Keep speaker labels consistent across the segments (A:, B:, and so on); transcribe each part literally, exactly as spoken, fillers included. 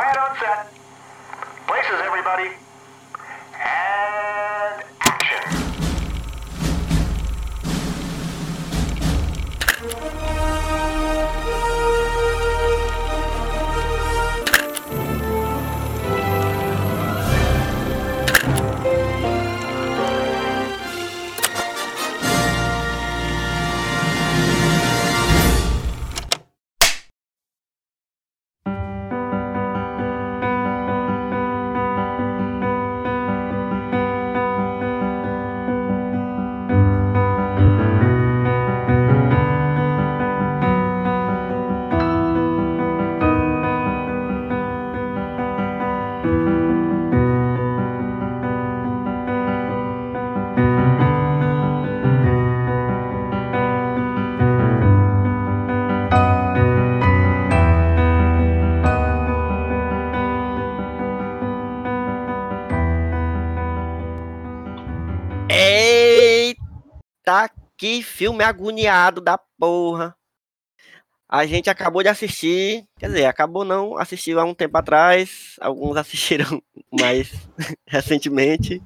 A: Quiet on set. Places, everybody. And action.
B: Eita, que filme agoniado da porra. A gente acabou de assistir, quer dizer, acabou não, assistiu há um tempo atrás, alguns assistiram mais recentemente,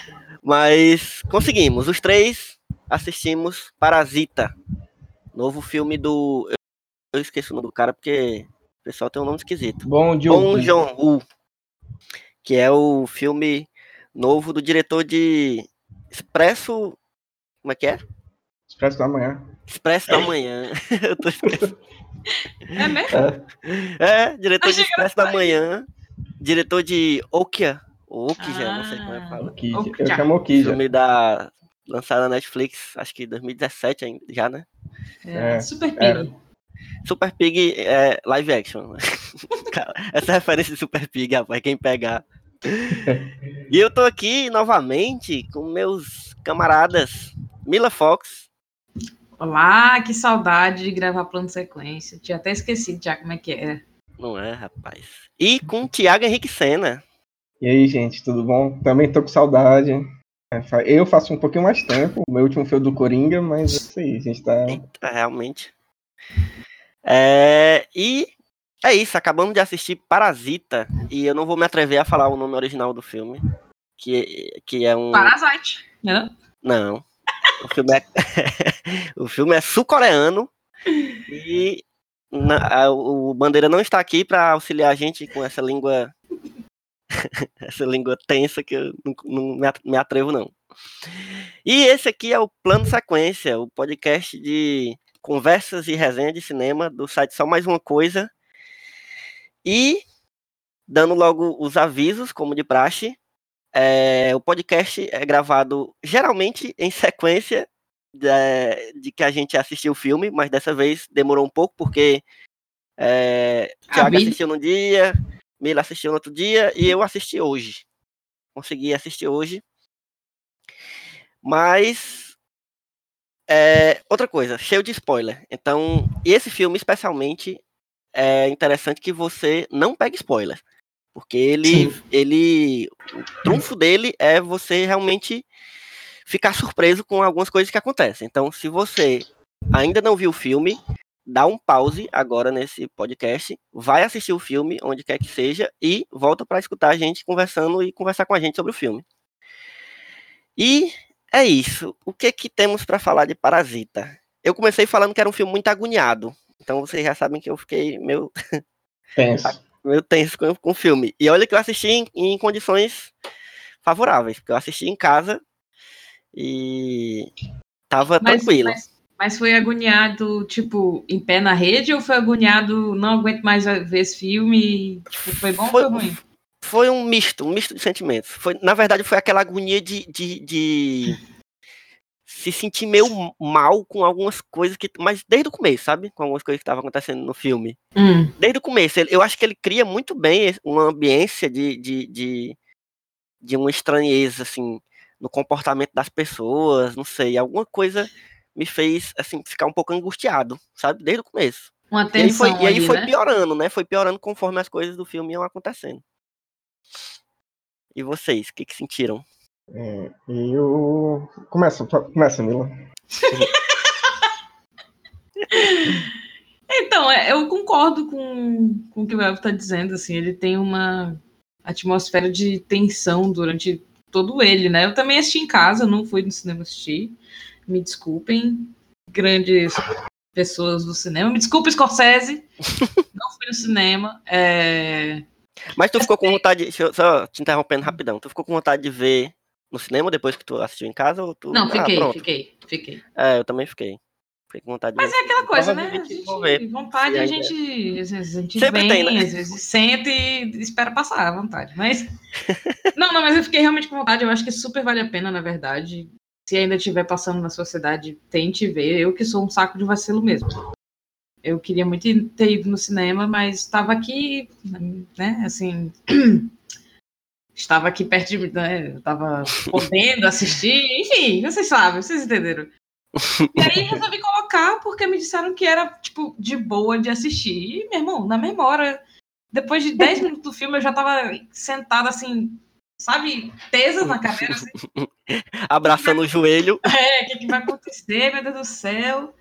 B: mas conseguimos, os três assistimos Parasita, novo filme do, eu esqueci o nome do cara porque o pessoal tem um nome esquisito,
C: Bom
B: Bong Joon-ho, que é o filme novo do diretor de Expresso, como é que é?
C: Expresso da Manhã.
B: Expresso da Manhã. Eu tô esquecendo.
D: É mesmo?
B: É, é diretor
D: Achei
B: de Expresso da Manhã. Diretor de Okja. Okja,
D: Ah,
B: não sei como é que fala.
C: Okja.
D: Okja.
C: Eu chamo Okja.
B: Filme da... lançado na Netflix, acho que dois mil e dezessete ainda, já, né?
D: É,
C: É,
D: Super Pig.
C: é.
B: Super Pig é live action. Cara, essa referência de Super Pig, rapaz, quem pegar. E eu tô aqui novamente com meus camaradas Mila Fox.
D: Olá, que saudade de gravar plano de sequência. Tinha até esquecido já como é que era.
B: Não é, rapaz? E com Thiago Henrique Sena.
C: E aí, gente, tudo bom? Também tô com saudade. Eu faço um pouquinho mais tempo. O meu último foi o do Coringa, mas é isso aí, a gente tá...
B: Eita, realmente. É, e é isso, acabamos de assistir Parasita. E eu não vou me atrever a falar o nome original do filme. Que, que é um...
D: Parasite, né?
B: Não. O filme é, o filme é sul-coreano. E na, a, o Bandeira não está aqui para auxiliar a gente com essa língua... essa língua tensa que eu não, não me atrevo, não. E esse aqui é o Plano Sequência, o podcast de conversas e resenha de cinema do site Só Mais Uma Coisa. E, dando logo os avisos, como de praxe, é, o podcast é gravado geralmente em sequência de, de que a gente assistiu o filme, mas dessa vez demorou um pouco, porque é, Thiago assistiu num dia, Mila assistiu no outro dia, e eu assisti hoje. Consegui assistir hoje. Mas, é, outra coisa, cheio de spoiler. Então, esse filme especialmente é interessante que você não pegue spoiler. Porque ele, ele, o trunfo dele é você realmente ficar surpreso com algumas coisas que acontecem. Então, se você ainda não viu o filme, dá um pause agora nesse podcast, vai assistir o filme, onde quer que seja, e volta para escutar a gente conversando e conversar com a gente sobre o filme. E é isso. O que que temos para falar de Parasita? Eu comecei falando que era um filme muito agoniado. Então vocês já sabem que eu fiquei meio
C: tenso,
B: meio tenso com, com o filme. E olha que eu assisti em, em condições favoráveis, porque eu assisti em casa e tava
D: mas,
B: tranquilo.
D: Mas, mas foi agoniado, tipo, em pé na rede, ou foi agoniado, não aguento mais ver esse filme? Tipo, foi bom
B: foi,
D: ou foi ruim?
B: Foi um misto, um misto de sentimentos. Foi, na verdade, foi aquela agonia de, de, de se sentir meio mal com algumas coisas que... Mas desde o começo, sabe? Com algumas coisas que estavam acontecendo no filme.
D: Hum.
B: Desde o começo. Eu acho que ele cria muito bem uma ambiência de, de, de, de uma estranheza, assim, no comportamento das pessoas, não sei. Alguma coisa me fez, assim, ficar um pouco angustiado, sabe? Desde o começo.
D: Uma
B: tensão. E aí foi,
D: ali,
B: e aí foi
D: né?
B: piorando, né? Foi piorando conforme as coisas do filme iam acontecendo. E vocês, o que que sentiram?
C: É, eu... Começa, começa, Mila.
D: Então, é, eu concordo com, com o que o Elvio tá dizendo, assim, ele tem uma atmosfera de tensão durante todo ele, né? Eu também assisti em casa, não fui no cinema assistir. Me desculpem, grandes pessoas do cinema. Me desculpe, Scorsese. Não fui no cinema. É...
B: Mas tu ficou com vontade, deixa eu só te interrompendo rapidão, tu ficou com vontade de ver no cinema depois que tu assistiu em casa? Ou tu...
D: Não, fiquei,
B: ah, pronto.
D: fiquei, fiquei.
B: É, eu também fiquei. Fiquei com vontade de
D: Mas
B: ver.
D: é aquela coisa, né? A
B: Provavelmente
D: gente,
B: vou ver.
D: vontade
B: Se
D: a
B: ainda-
D: gente, às vezes a gente
B: Sempre
D: vem,
B: tem, né?
D: às vezes senta e espera passar à vontade. Mas não, não, mas eu fiquei realmente com vontade. Eu acho que super vale a pena, na verdade. Se ainda estiver passando na sua cidade, tente ver. Eu que sou um saco de vacilo mesmo. Eu queria muito ter ido no cinema, mas estava aqui, né? Assim, estava aqui perto de mim, né? Estava podendo assistir. Enfim, vocês sabem, vocês entenderam. E aí resolvi colocar porque me disseram que era, tipo, de boa de assistir. E, meu irmão, na mesma hora, depois de dez minutos do filme, eu já tava sentada, assim, sabe, tesa na cadeira, assim.
B: Abraçando o joelho.
D: É, o que, que vai acontecer, meu Deus do céu?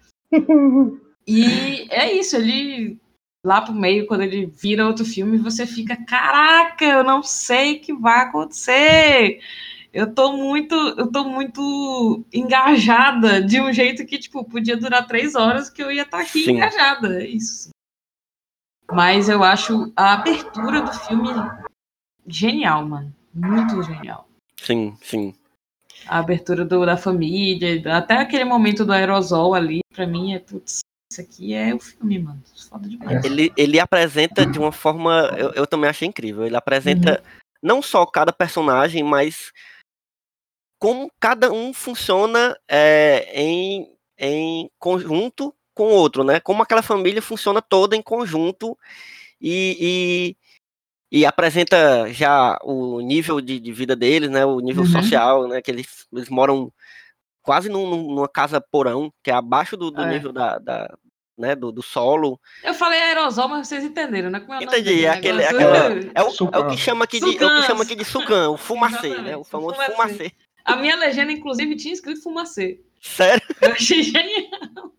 D: E é isso, ele, lá pro meio, quando ele vira outro filme, você fica, caraca, eu não sei o que vai acontecer. Eu tô muito, eu tô muito engajada de um jeito que, tipo, podia durar três horas que eu ia estar aqui
B: Sim.
D: engajada. É isso. Sim. Mas eu acho a abertura do filme genial, mano. Muito genial.
B: Sim, sim.
D: A abertura do, da família, até aquele momento do aerosol ali, pra mim é, putz, isso aqui é o filme, mano. Foda demais.
B: Ele, ele apresenta de uma forma, eu, eu também achei incrível. Ele apresenta
D: Uhum.
B: não só cada personagem, mas como cada um funciona é, em, em conjunto com o outro, né? Como aquela família funciona toda em conjunto e, e, e apresenta já o nível de, de vida deles, né? O nível
D: Uhum.
B: social, né? Que eles, eles moram quase num, numa casa porão, que é abaixo do, do
D: É.
B: nível da, da, né? do, do solo.
D: Eu falei aerosol, mas vocês entenderam, né? Como é o nome
B: Entendi,
D: daquele
B: é aquele,
D: negócio?
B: aquela,
C: É,
B: é, o, é o
C: Sucan.
B: que chama aqui de, é o que chama aqui de sucan, o fumacê,
D: Exatamente,
B: né? O
D: o
B: famoso
D: fumacê.
B: fumacê.
D: A minha legenda, inclusive, tinha escrito fumacê.
B: Sério?
D: Eu achei genial.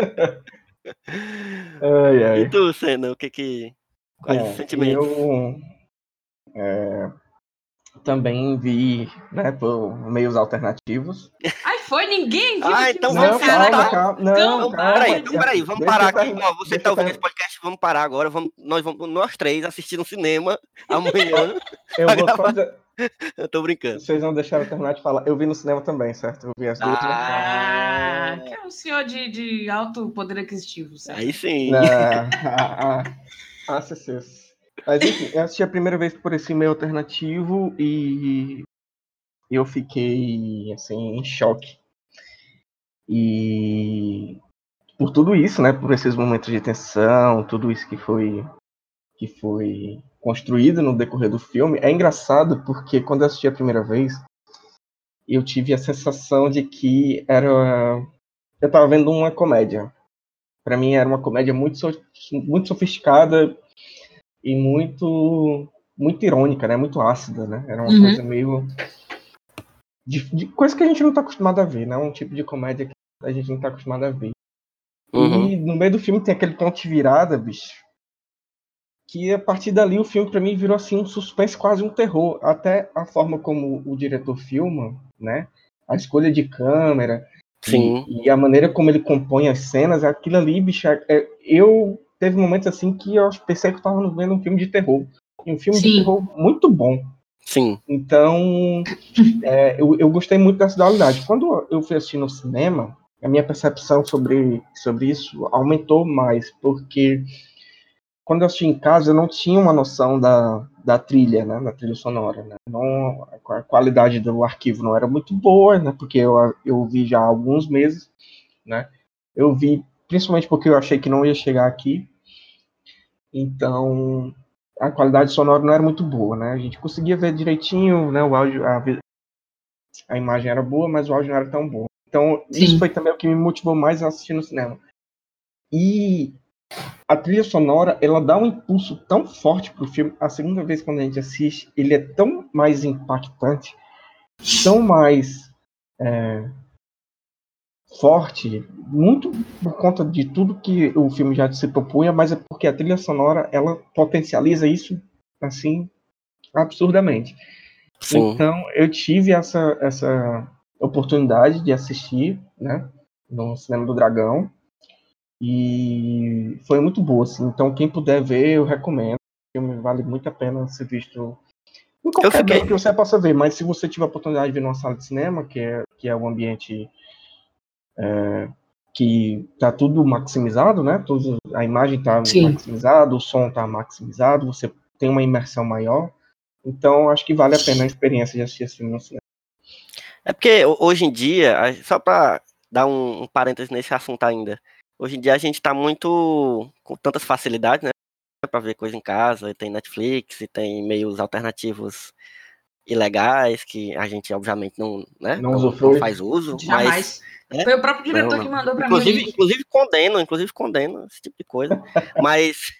C: Ai, ai.
B: E tu, Senna, o que que... Quais os
C: Bom,
B: sentimentos?
C: eu é, também vi, né, por meios alternativos.
D: Ai, foi? Ninguém viu
B: Ah,
D: aqui
B: então
D: no
B: vamos
C: Não,
B: finalizar,
C: calma,
B: então.
C: calma. Não,
D: Cão,
C: calma.
B: Peraí,
D: vai,
B: então peraí, vamos
C: Deixa eu
B: parar aqui.
C: terminar,
B: Ó, você
C: deixa
B: tá
C: eu
B: ouvindo
C: ter-
B: esse podcast, vamos parar agora. Vamos, nós vamos, nós três, assistir no cinema amanhã.
C: Eu
B: pra
C: vou só
B: gravar.
C: dizer,
B: Eu tô brincando.
C: vocês não deixaram eu terminar de falar. Eu vi no cinema também, certo? Eu vi as duas. né?
D: Ah, que é um senhor de, de alto poder aquisitivo, certo?
B: Aí sim.
C: Ah, ah, ah, ah, C Cs. Mas enfim, eu assisti a primeira vez por esse meio alternativo e eu fiquei assim em choque. E por tudo isso, né, por esses momentos de tensão, tudo isso que foi que foi construído no decorrer do filme, é engraçado porque quando eu assisti a primeira vez, eu tive a sensação de que era eu estava vendo uma comédia. Para mim era uma comédia muito so- muito sofisticada e muito muito irônica, né, muito ácida, né? Era uma
D: Uhum.
C: coisa meio de, de coisa que a gente não está acostumado a ver, né? Um tipo de comédia que a gente não está acostumado a ver.
B: Uhum.
C: E no meio do filme tem aquele ponto de virada, bicho, que a partir dali o filme pra mim virou assim um suspense, quase um terror. Até a forma como o diretor filma, né? A escolha de câmera
B: Sim.
C: e, e a maneira como ele compõe as cenas, aquilo ali, bicho, é, eu teve momentos assim que eu pensei que eu tava vendo um filme de terror. E um filme
D: Sim.
C: de terror muito bom.
B: Sim.
C: Então, é, eu, eu gostei muito dessa dualidade. Quando eu fui assistir no cinema, a minha percepção sobre, sobre isso aumentou mais, porque quando eu assisti em casa, eu não tinha uma noção da, da trilha, né, da trilha sonora. Né? Não, a qualidade do arquivo não era muito boa, né, porque eu, eu vi já há alguns meses. Né? Eu vi principalmente porque eu achei que não ia chegar aqui. Então, a qualidade sonora não era muito boa. Né? A gente conseguia ver direitinho, né, o áudio, a, a imagem era boa, mas o áudio não era tão bom. Então,
D: Sim.
C: isso foi também o que me motivou mais a assistir no cinema. E a trilha sonora, ela dá um impulso tão forte pro filme. A segunda vez quando a gente assiste, ele é tão mais impactante, tão mais é, forte, muito por conta de tudo que o filme já se propunha, mas é porque a trilha sonora, ela potencializa isso, assim, absurdamente.
B: Sim.
C: Então, eu tive essa, essa oportunidade de assistir, né, no Cinema do Dragão, e foi muito boa, assim. Então, quem puder ver, eu recomendo. O filme vale muito a pena ser visto em qualquer
B: fiquei-
C: lugar que você possa ver, mas se você tiver a oportunidade de ver numa sala de cinema, que é, que é um ambiente é, que tá tudo maximizado, né? Tudo, a imagem tá
D: Sim.
C: maximizada, o som tá maximizado, você tem uma imersão maior. Então, acho que vale a pena a experiência de assistir esse filme no cinema.
B: É porque ho- hoje em dia, a- só pra dar um, um parênteses nesse assunto ainda, hoje em dia a gente tá muito com tantas facilidades, né? Pra ver coisa em casa, e tem Netflix, e tem meios alternativos ilegais, que a gente obviamente não, né,
C: Não
B: não, não
C: usufrui.
B: faz uso, mas
D: Jamais.
B: né?
D: Foi o próprio diretor
B: Não,
D: que
B: não.
D: mandou pra mim o
B: Inclusive,
D: link.
B: inclusive condeno, inclusive condeno esse tipo de coisa. Mas,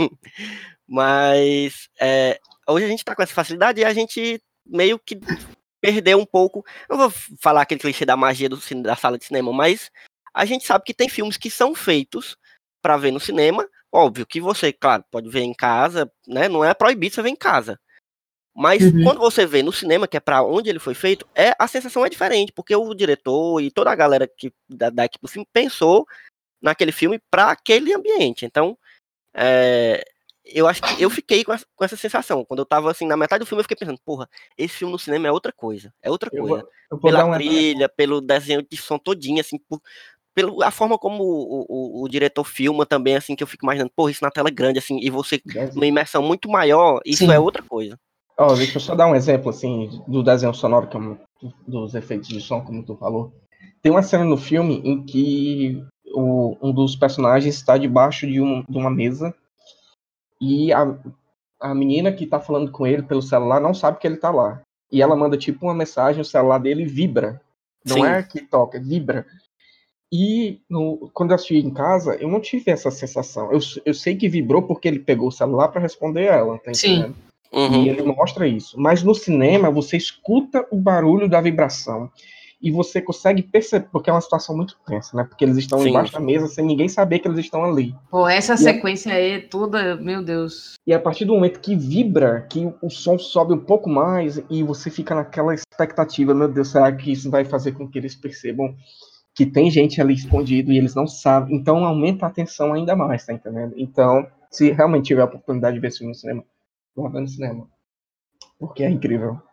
B: mas é, hoje a gente tá com essa facilidade e a gente meio que perdeu um pouco. Eu vou falar aquele clichê da magia do cine- da sala de cinema, mas a gente sabe que tem filmes que são feitos pra ver no cinema. Óbvio que você, claro, pode ver em casa, né? Não é proibido você ver em casa. Mas
D: Uhum.
B: quando você vê no cinema, que é pra onde ele foi feito, é, a sensação é diferente, porque o diretor e toda a galera que, da, da equipe do filme pensou naquele filme pra aquele ambiente. Então, é, eu acho que eu fiquei com essa, com essa sensação. Quando eu tava assim, na metade do filme, eu fiquei pensando, porra, esse filme no cinema é outra coisa. É outra
C: Eu
B: coisa.
C: vou, eu vou
B: Pela
C: dar um
B: trilha, pelo desenho de som todinho, assim, por, pela a forma como o, o, o diretor filma também, assim, que eu fico imaginando, porra, isso na tela grande, assim, e você numa imersão muito maior, isso
D: Sim.
B: é outra coisa.
C: Ó, deixa eu só dar um exemplo, assim, do desenho sonoro, como, dos efeitos de som, como tu falou. Tem uma cena no filme em que o, um dos personagens está debaixo de, um, de uma mesa e a, a menina que tá falando com ele pelo celular não sabe que ele tá lá. E ela manda, tipo, uma mensagem, o celular dele vibra. Não
B: Sim.
C: é que toca, vibra. E no, quando eu assisti em casa, eu não tive essa sensação. Eu, eu sei que vibrou porque ele pegou o celular para responder ela, tá
D: Sim.
C: entendendo?
B: Uhum.
C: E ele mostra isso. Mas no cinema, você escuta o barulho da vibração. E você consegue perceber, porque é uma situação muito tensa, né? Porque eles estão
B: Sim,
C: embaixo da
B: sim.
C: mesa sem ninguém saber que eles estão ali.
D: Pô, essa
C: E a-
D: sequência aí é toda, meu Deus.
C: E a partir do momento que vibra, que o som sobe um pouco mais e você fica naquela expectativa, meu Deus, será que isso vai fazer com que eles percebam que tem gente ali escondido e eles não sabem? Então aumenta a tensão ainda mais, tá entendendo? Então, se realmente tiver a oportunidade de ver esse filme no cinema, vá ver no cinema. Porque é incrível.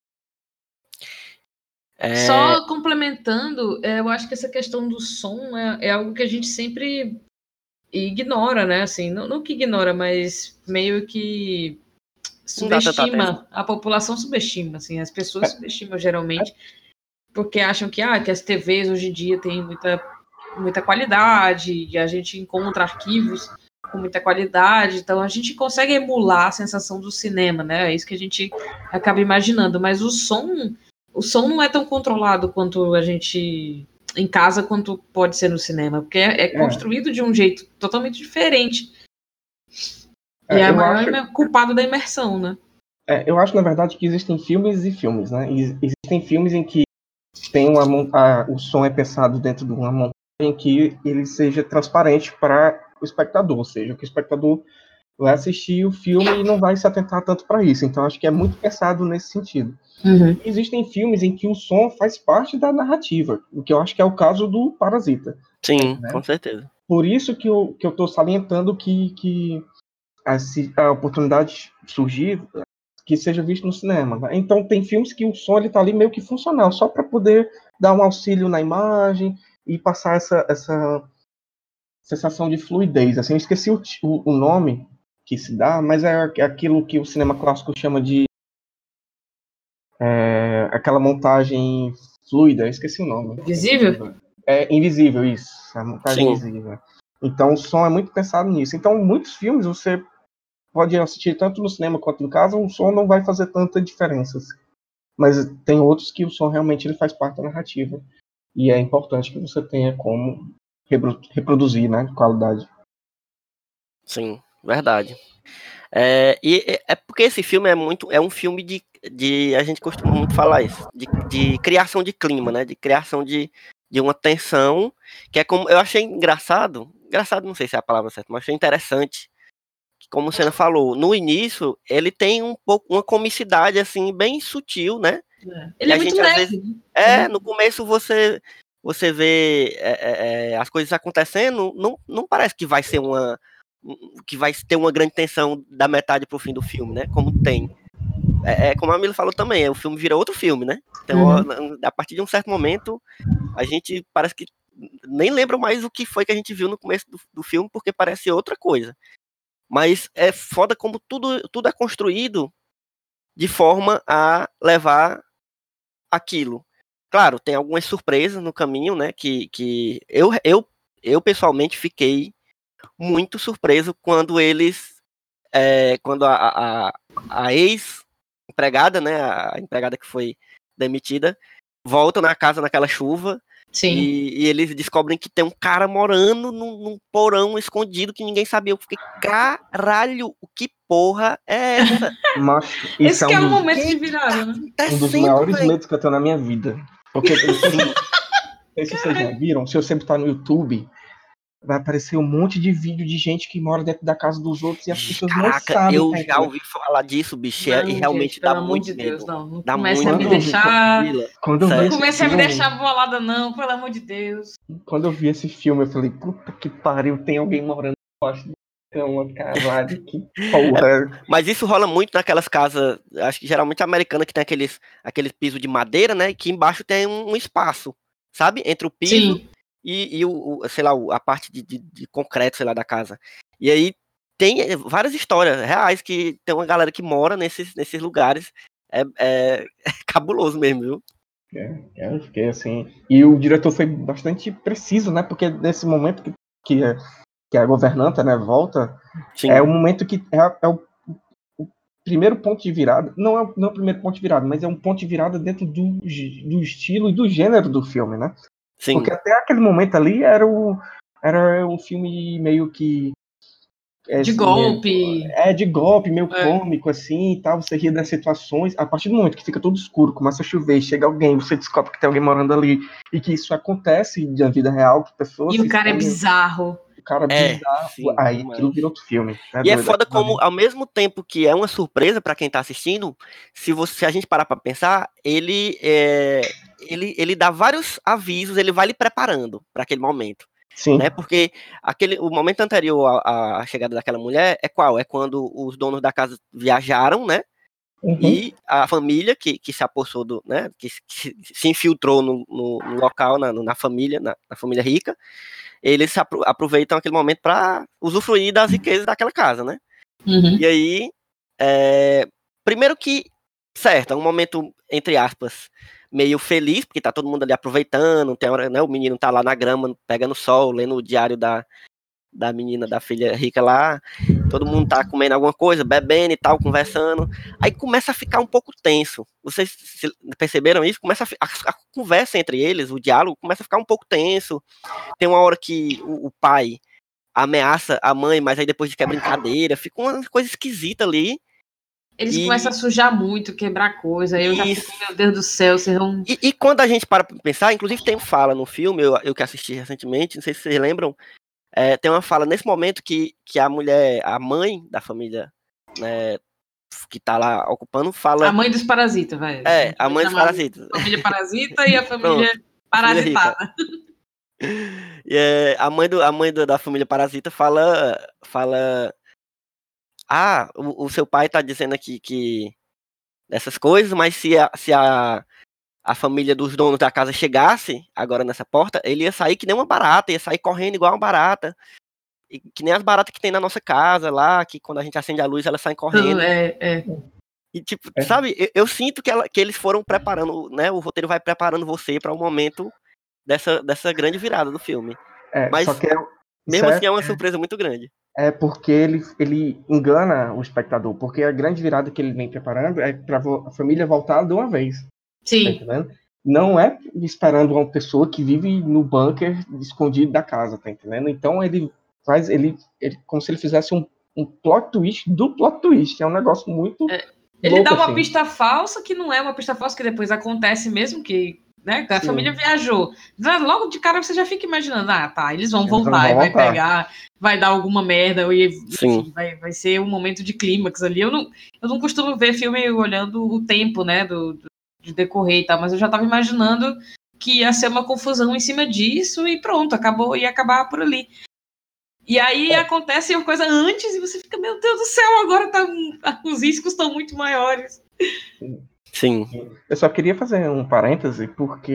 B: É,
D: Só complementando, é, eu acho que essa questão do som é, é algo que a gente sempre ignora, né? Assim, não, não que ignora, mas meio que
B: Não dá tanta atenção.
D: subestima. A população subestima, assim, as pessoas subestimam geralmente, porque acham que, ah, que as T Vs hoje em dia têm muita, muita qualidade, e a gente encontra arquivos com muita qualidade, então a gente consegue emular a sensação do cinema, né? É isso que a gente acaba imaginando, mas o som, o som não é tão controlado quanto a gente em casa quanto pode ser no cinema, porque é, é construído de um jeito totalmente diferente. E
C: É,
D: é a
C: eu
D: maior
C: acho-
D: culpada da imersão, né?
C: É, eu acho, na verdade, que existem filmes e filmes, né? E existem filmes em que tem uma, mon- a, o som é pensado dentro de uma montagem em que ele seja transparente para o espectador, ou seja, que o espectador vai assistir o filme e não vai se atentar tanto para isso. Então, acho que é muito pensado nesse sentido.
D: Uhum.
C: E existem filmes em que o som faz parte da narrativa, o que eu acho que é o caso do Parasita.
B: Sim,
C: né?
B: com certeza.
C: Por isso que eu que eu estou salientando que, que a, se a oportunidade surgir, que seja visto no cinema. Né? Então tem filmes que o som ele tá ali meio que funcional, só para poder dar um auxílio na imagem e passar essa, essa sensação de fluidez. Assim, eu esqueci o, o, o nome que se dá, mas é aquilo que o cinema clássico chama de é, aquela montagem fluida, eu esqueci o nome.
D: Visível?
C: É invisível, isso. A montagem
B: Sim.
C: invisível. Então o som é muito pensado nisso. Então muitos filmes você pode assistir tanto no cinema quanto em casa, o som não vai fazer tanta diferença. Mas tem outros que o som realmente ele faz parte da narrativa. E é importante que você tenha como reproduzir, né, de qualidade.
B: Sim, verdade. É, e é porque esse filme é muito, é um filme de, de a gente costuma muito falar isso, de, de criação de clima, né? De criação de, de uma tensão, que é como, eu achei engraçado, engraçado não sei se é a palavra certa, mas achei interessante, que como o Senna falou, no início, ele tem um pouco, uma comicidade, assim, bem sutil, né?
D: Ele
B: E
D: é
B: a
D: muito
B: gente, às
D: leve.
B: vezes, é, no começo você, você vê é, é, é, as coisas acontecendo, não, não parece que vai ser uma, que vai ter uma grande tensão da metade pro fim do filme, né? Como tem. É, é como a Mila falou também, o filme vira outro filme, né? Então,
D: Uhum.
B: a partir de um certo momento, a gente parece que nem lembra mais o que foi que a gente viu no começo do, do filme, porque parece outra coisa. Mas é foda como tudo, tudo é construído de forma a levar aquilo. Claro, tem algumas surpresas no caminho, né? Que, que eu, eu, eu pessoalmente fiquei muito surpreso quando eles. É, quando a, a, a ex-empregada, né? A empregada que foi demitida, volta na casa naquela chuva.
D: Sim.
B: E, e eles descobrem que tem um cara morando num, num porão escondido que ninguém sabia. Eu fiquei, caralho, o que porra é essa?
C: Macho, isso
D: Esse
C: é
D: que
C: um
D: é o
C: dos,
D: momento de
B: Que
D: virada, né?
C: um dos
B: acontecendo,
C: maiores
B: velho?
C: medos que eu tenho na minha vida. Porque, não sei se, não sei se vocês já viram, se você botar no YouTube, vai aparecer um monte de vídeo de gente que mora dentro da casa dos outros e as pessoas não
B: Caraca,
C: sabem,
B: eu
C: tá
B: já
C: entendendo?
B: ouvi falar disso, bicho, e e
D: Não, gente,
B: realmente dá
D: pelo amor
B: muito
D: de Deus,
B: medo.
D: não. Não
B: Dá
D: comece a
B: muito
D: me
C: Quando eu
B: medo.
C: vi,
D: deixar.
B: Vila,
C: quando eu vi
D: Não
B: sério.
C: esse
D: comece a me
C: filme,
D: deixar bolada, não, pelo amor de Deus.
C: quando eu vi esse filme, eu falei, puta que pariu, tem alguém morando embaixo da cama, caralho, que porra.
B: Mas isso rola muito naquelas casas, acho que geralmente americana, que tem aqueles, aqueles piso de madeira, né? E que embaixo tem um, um espaço, sabe? Entre o piso
D: Sim.
B: e, e o, o, sei lá, a parte de, de, de concreto, sei lá, da casa. E aí tem várias histórias reais que tem uma galera que mora nesses, nesses lugares. É, é, é cabuloso mesmo, viu?
C: É, eu fiquei assim. E o diretor foi bastante preciso, né? Porque nesse momento que, que, a, que a governanta, né, volta,
B: Sim.
C: é o momento que é, é o, o primeiro ponto de virada. Não é, o- não é o primeiro ponto de virada, mas é um ponto de virada dentro do, do estilo e do gênero do filme, né?
B: Sim.
C: Porque até aquele momento ali era, o, era um filme meio que. É,
D: De
C: meio-
D: golpe.
C: é de golpe, meio
D: É.
C: cômico, assim e tal. Você ria das situações. A partir do momento que fica tudo escuro, começa a chover, chega alguém, você descobre que tem alguém morando ali e que isso acontece na vida real, que pessoas
D: E
C: se
D: o cara é
C: escondem,
D: bizarro.
C: o cara
B: É,
C: bizarro.
B: sim,
C: Aí
B: demais.
C: aquilo vira outro filme. É
B: E é
C: doido,
B: foda
C: aquilo
B: como,
C: ali.
B: ao mesmo tempo que é uma surpresa pra quem tá assistindo, se, você, se a gente parar pra pensar, ele, é, ele, ele dá vários avisos, ele vai lhe preparando pra aquele momento,
C: Sim.
B: né? Porque aquele, o momento anterior à, à chegada daquela mulher é qual? É quando os donos da casa viajaram, né?
C: Uhum.
B: E a família que, que se apossou do, né? Que, que se infiltrou no, no, no local, na, na família, na, na família rica, eles se apro- aproveitam aquele momento para usufruir das riquezas daquela casa, né?
D: Uhum.
B: E aí, é, primeiro que, certo, é um momento, entre aspas, meio feliz, porque tá todo mundo ali aproveitando, tem hora, né, o menino tá lá na grama, pegando sol, lendo o diário da, da menina, da filha rica lá, todo mundo tá comendo alguma coisa, bebendo e tal, conversando, aí começa a ficar um pouco tenso. Vocês se- perceberam isso? Começa a, fi- a, a conversa entre eles, o diálogo, começa a ficar um pouco tenso. Tem uma hora que o, o pai ameaça a mãe, mas aí depois diz que é brincadeira, fica uma coisa esquisita ali.
D: Eles
B: E,
D: começam a sujar muito, quebrar coisa. Aí eu já
B: Isso.
D: fico, meu Deus do céu, vocês vão.
B: e, e quando a gente para pra pensar, inclusive tem fala no filme, eu, eu que assisti recentemente, não sei se vocês lembram, é, tem uma fala nesse momento que, que a mulher, a mãe da família, né, que tá lá ocupando,
D: A
B: fala.
D: mãe dos parasitas, vai.
B: É, a
D: Vai
B: mãe dos
D: chamar
B: parasitas.
D: a família parasita e a família
B: Pronto, a família rica.
D: parasitada.
B: E, é, a mãe, do, a mãe do, da família parasita fala. fala ah, o, o seu pai tá dizendo aqui que essas coisas, mas se a, se a, a família dos donos da casa chegasse agora nessa porta, ele ia sair que nem uma barata, ia sair correndo igual uma barata, e que nem as baratas que tem na nossa casa lá, que quando a gente acende a luz elas saem correndo.
D: É, é.
B: E tipo,
C: É.
B: sabe, eu, eu sinto que, ela, que eles foram preparando, né, o roteiro vai preparando você para o momento dessa, dessa grande virada do filme.
C: É,
B: Mas
C: só que é,
B: mesmo
C: isso
B: assim
C: é,
B: é uma surpresa muito grande.
C: é porque ele, ele engana o espectador, porque a grande virada que ele vem preparando é para a família voltar de uma vez. Tá
D: Sim.
C: entendendo? Não é esperando uma pessoa que vive no bunker escondido da casa, tá entendendo? Então ele faz, ele, ele como se ele fizesse um, um plot twist do plot twist. É um negócio muito
D: É. Ele
C: louco,
D: dá uma
C: assim.
D: pista falsa que não é uma pista falsa, que depois acontece mesmo, que né? A
C: Sim.
D: família viajou. Logo de cara você já fica imaginando, ah, tá, eles vão
C: Eles
D: voltar
C: vão
D: e vai
C: voltar.
D: pegar, vai dar alguma merda, e,
B: Sim.
D: enfim, vai, vai ser um momento de clímax ali. Eu não, eu não costumo ver filme olhando o tempo, né, do, do, de decorrer e tal, mas eu já tava imaginando que ia ser uma confusão em cima disso e pronto, acabou, ia acabar por ali. E aí
C: É.
D: acontece uma coisa antes e você fica, meu Deus do céu, agora tá, os riscos estão muito maiores.
B: Sim.
C: Eu só queria fazer um parêntese, porque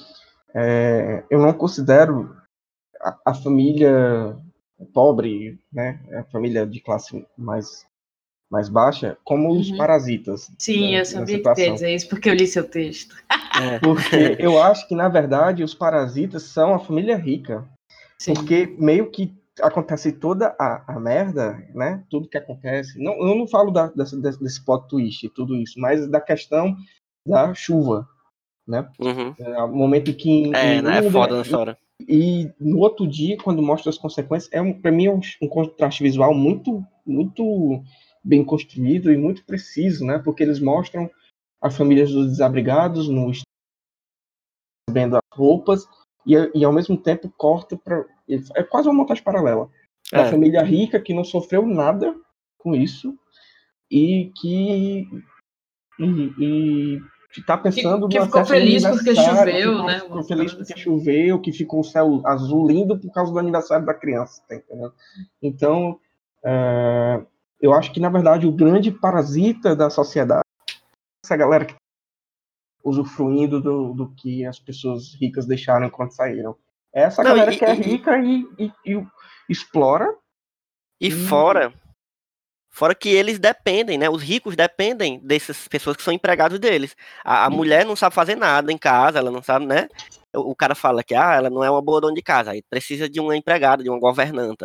C: é, eu não considero a, a família pobre, né, a família de classe mais, mais baixa, como os
D: Uhum.
C: parasitas.
D: Sim,
C: né,
D: eu sabia
C: nessa
D: que você ia
C: situação.
D: dizer isso, porque eu li seu texto.
B: É.
C: Porque eu acho que, na verdade, os parasitas são a família rica.
D: Sim.
C: Porque meio que acontece toda a, a merda, né? Tudo que acontece. Não, eu não falo da, desse, desse plot twist e tudo isso, mas da questão da chuva, né?
B: Uhum.
C: É, o momento que em,
B: É,
C: em
B: né? É
C: um
B: foda
C: lugar-
B: nessa hora.
C: e no outro dia, quando mostra as consequências, é um, para mim é um, um contraste visual muito, muito bem construído e muito preciso, né? Porque eles mostram as famílias dos desabrigados no recebendo as roupas e, e ao mesmo tempo corta para é quase uma montagem paralela da
B: É.
C: família rica que não sofreu nada com isso e que e, e está pensando
D: Que- que
C: numa
D: ficou
C: festa de
D: feliz porque
C: aniversário,
D: choveu,
C: ficou,
D: né?
C: ficou
D: Umas
C: feliz
D: paradas
C: porque
D: assim.
C: choveu, que ficou o céu azul lindo por causa do aniversário da criança, tá entendendo? Então, é, eu acho que na verdade o grande parasita da sociedade é essa galera que usufruindo do, do que as pessoas ricas deixaram enquanto saíram. É essa
B: Não,
C: galera
B: e,
C: que é
B: e,
C: rica e, e, e explora.
B: e
C: E-
B: fora, fora que eles dependem, né? Os ricos dependem dessas pessoas que são empregados deles. A, a mulher não sabe fazer nada em casa, ela não sabe, né? O, o cara fala que ah, ela não é uma boa dona de casa, aí precisa de uma empregada, de uma governanta.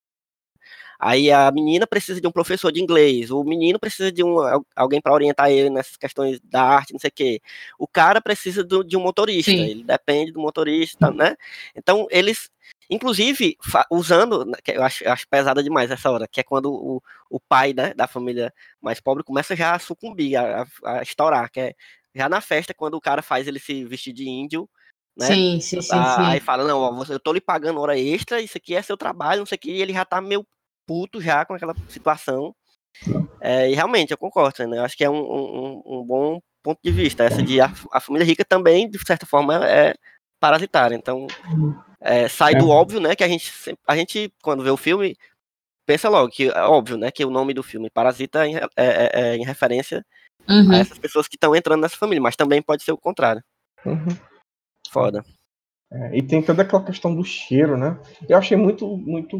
B: Aí a menina precisa de um professor de inglês, o menino precisa de um, alguém para orientar ele nessas questões da arte, não sei o quê. O cara precisa do, de um motorista,
D: Sim.
B: ele depende do motorista, né? Então, eles, inclusive, usando, que eu acho, eu acho pesada demais essa hora, que é quando o, o pai, né, da família mais pobre começa já a sucumbir, a, a, a estourar, que é já na festa, quando o cara faz ele se vestir de índio, né?
D: Sim, sim, sim,
B: Aí
D: sim.
B: fala, não, ó, eu tô lhe pagando hora extra, isso aqui é seu trabalho, não sei o que, e ele já tá meio puto já com aquela situação. É, e realmente, eu concordo, né? Eu acho que é um, um, um bom ponto de vista. Essa de a, a família rica também, de certa forma, é parasitária. Então, é, sai do óbvio, né? Que a gente, a gente, quando vê o filme, pensa logo que é óbvio, né? Que o nome do filme Parasita é, é, é em referência
D: Uhum.
B: a essas pessoas que estão entrando nessa família, mas também pode ser o contrário.
C: Uhum.
B: Foda.
C: É, e tem toda aquela questão do cheiro, né? Eu achei muito, muito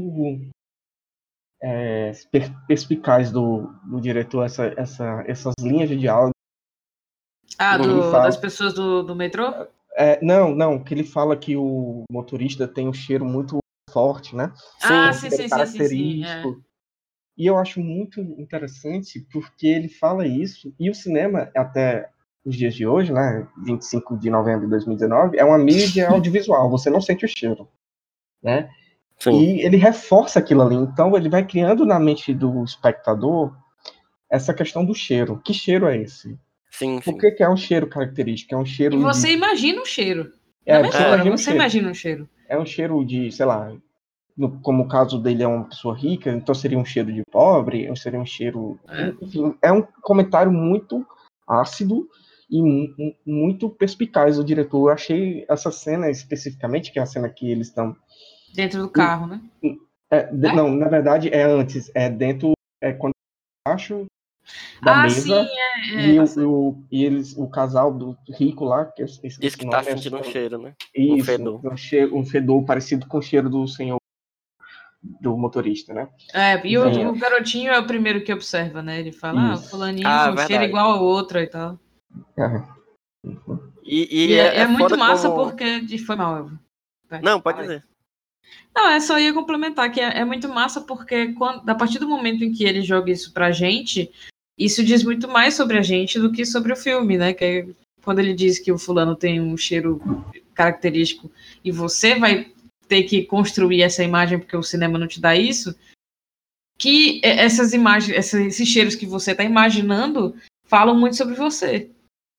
C: é, perspicaz do, do diretor essa, essa, essas linhas de diálogo.
D: Ah,
C: Ele
D: do,
C: fala-
D: das pessoas do, do metrô?
C: É, não, não, que ele fala que o motorista tem um cheiro muito forte, né?
D: Ah,
C: Um
D: sim,
C: cheiro
D: sim, sim, sim, sim. É.
C: característico. E eu acho muito interessante porque ele fala isso, e o cinema, até os dias de hoje, né, vinte e cinco de novembro de dois mil e dezenove, é uma mídia audiovisual, você não sente o cheiro, né?
B: Sim.
C: E ele reforça aquilo ali, então ele vai criando na mente do espectador essa questão do cheiro. Que cheiro é esse?
B: Sim, sim.
C: Por que, que é um cheiro característico? É um cheiro
D: E você
C: de...
D: imagina o cheiro.
C: É,
D: Na mesma
C: você
D: hora,
C: imagina o
D: você
C: cheiro.
D: imagina o cheiro.
C: É um cheiro de, sei lá, no, como o caso dele é uma pessoa rica, então seria um cheiro de pobre, seria um cheiro...
D: É.
C: Enfim, é um comentário muito ácido e mu- muito perspicaz do diretor. Eu achei essa cena especificamente, que é a cena que eles estão...
D: Dentro do carro, né?
C: É, de-
D: É?
C: Não, na verdade é antes, é dentro, é quando abaixo da
D: Ah,
C: mesa,
D: sim, é. é
C: e,
D: tá
C: o,
D: certo.
C: o- e eles, o casal do rico lá, que eu esqueci
B: Diz
C: o
B: que tá
C: nome,
B: sentindo um cheiro, né? Um
C: isso,
B: fedor.
C: um, cheiro, um fedor parecido com o cheiro do senhor, do motorista, né?
D: É, e
C: Sim.
D: o, o garotinho é o primeiro que observa, né? Ele fala, ah, o
C: Isso.
D: fulaninho
B: Ah,
D: cheira
B: verdade.
D: igual ao outro e tal.
C: É.
B: E, e
D: E é,
B: é,
D: é muito
B: foda
D: massa
B: como...
D: porque... de- Foi mal, Elvio. Vai,
B: Não, pode
D: fala aí.
B: dizer.
D: Não, é só ia complementar que é, é muito massa porque quando, a partir do momento em que ele joga isso pra gente, isso diz muito mais sobre a gente do que sobre o filme, né? Que é quando ele diz que o fulano tem um cheiro característico e você vai ter que construir essa imagem porque o cinema não te dá isso, que essas imagens, esses cheiros que você tá imaginando falam muito sobre você.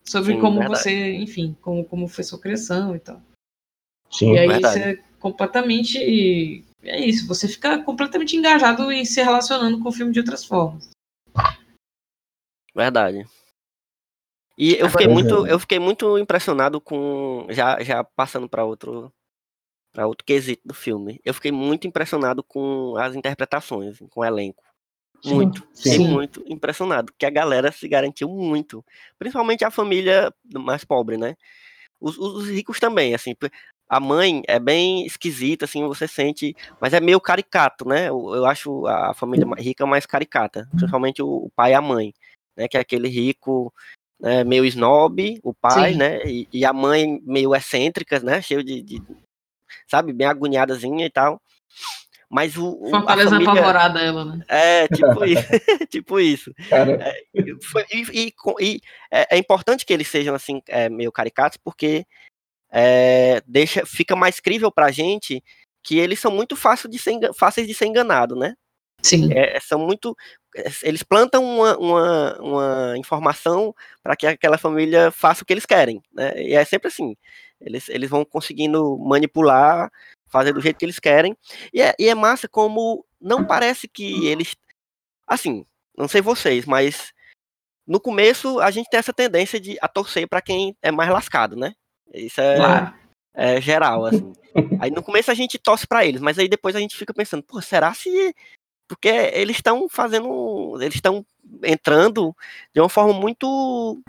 D: sobre
B: Sim,
D: como
B: verdade.
D: você, enfim, como, como foi sua criação e tal.
C: Sim,
D: E aí
B: verdade.
D: você é completamente. É isso, você fica completamente engajado e se relacionando com o filme de outras formas.
B: Verdade. E eu
D: Agora,
B: fiquei
C: Pois
B: muito,
C: é.
B: eu fiquei muito impressionado com, já, já passando para outro, para outro quesito do filme. Eu fiquei muito impressionado com as interpretações, com o elenco.
C: Sim,
B: Muito. Fiquei
C: sim.
B: muito impressionado, porque a galera se garantiu muito. Principalmente a família mais pobre, né? Os, os- os ricos também, assim. p- A mãe é bem esquisita, assim, você sente, mas é meio caricato, né? Eu, eu acho a família ma- rica mais caricata, principalmente o, o pai e a mãe, né? Que é aquele rico, né, meio snob, o pai,
D: sim,
B: né? E, e a mãe meio excêntrica, né? Cheio de, de, sabe, bem agoniadazinha e tal. Mas o, o- a
D: Fortaleza
B: família
D: apavorada ela, né?
B: é tipo isso, tipo isso.
C: Cara,
B: É, foi- e, e co- e é, é importante que eles sejam assim, é, meio caricatos, porque é, deixa, fica mais crível pra gente que eles são muito fácil de ser, enga- fáceis de ser enganado, né?
D: Sim.
B: É, são muito. é, Eles plantam uma, uma, uma informação para que aquela família faça o que eles querem, né? E é sempre assim. Eles, eles vão conseguindo manipular, fazer do jeito que eles querem. E é, e é massa como não parece que eles. Assim, não sei vocês, mas no começo a gente tem essa tendência de a torcer para quem é mais lascado, né? Isso é,
D: Claro.
B: é geral, assim. Aí no começo a gente torce para eles, mas aí depois a gente fica pensando, pô, será se porque eles estão fazendo, eles estão entrando de uma forma muito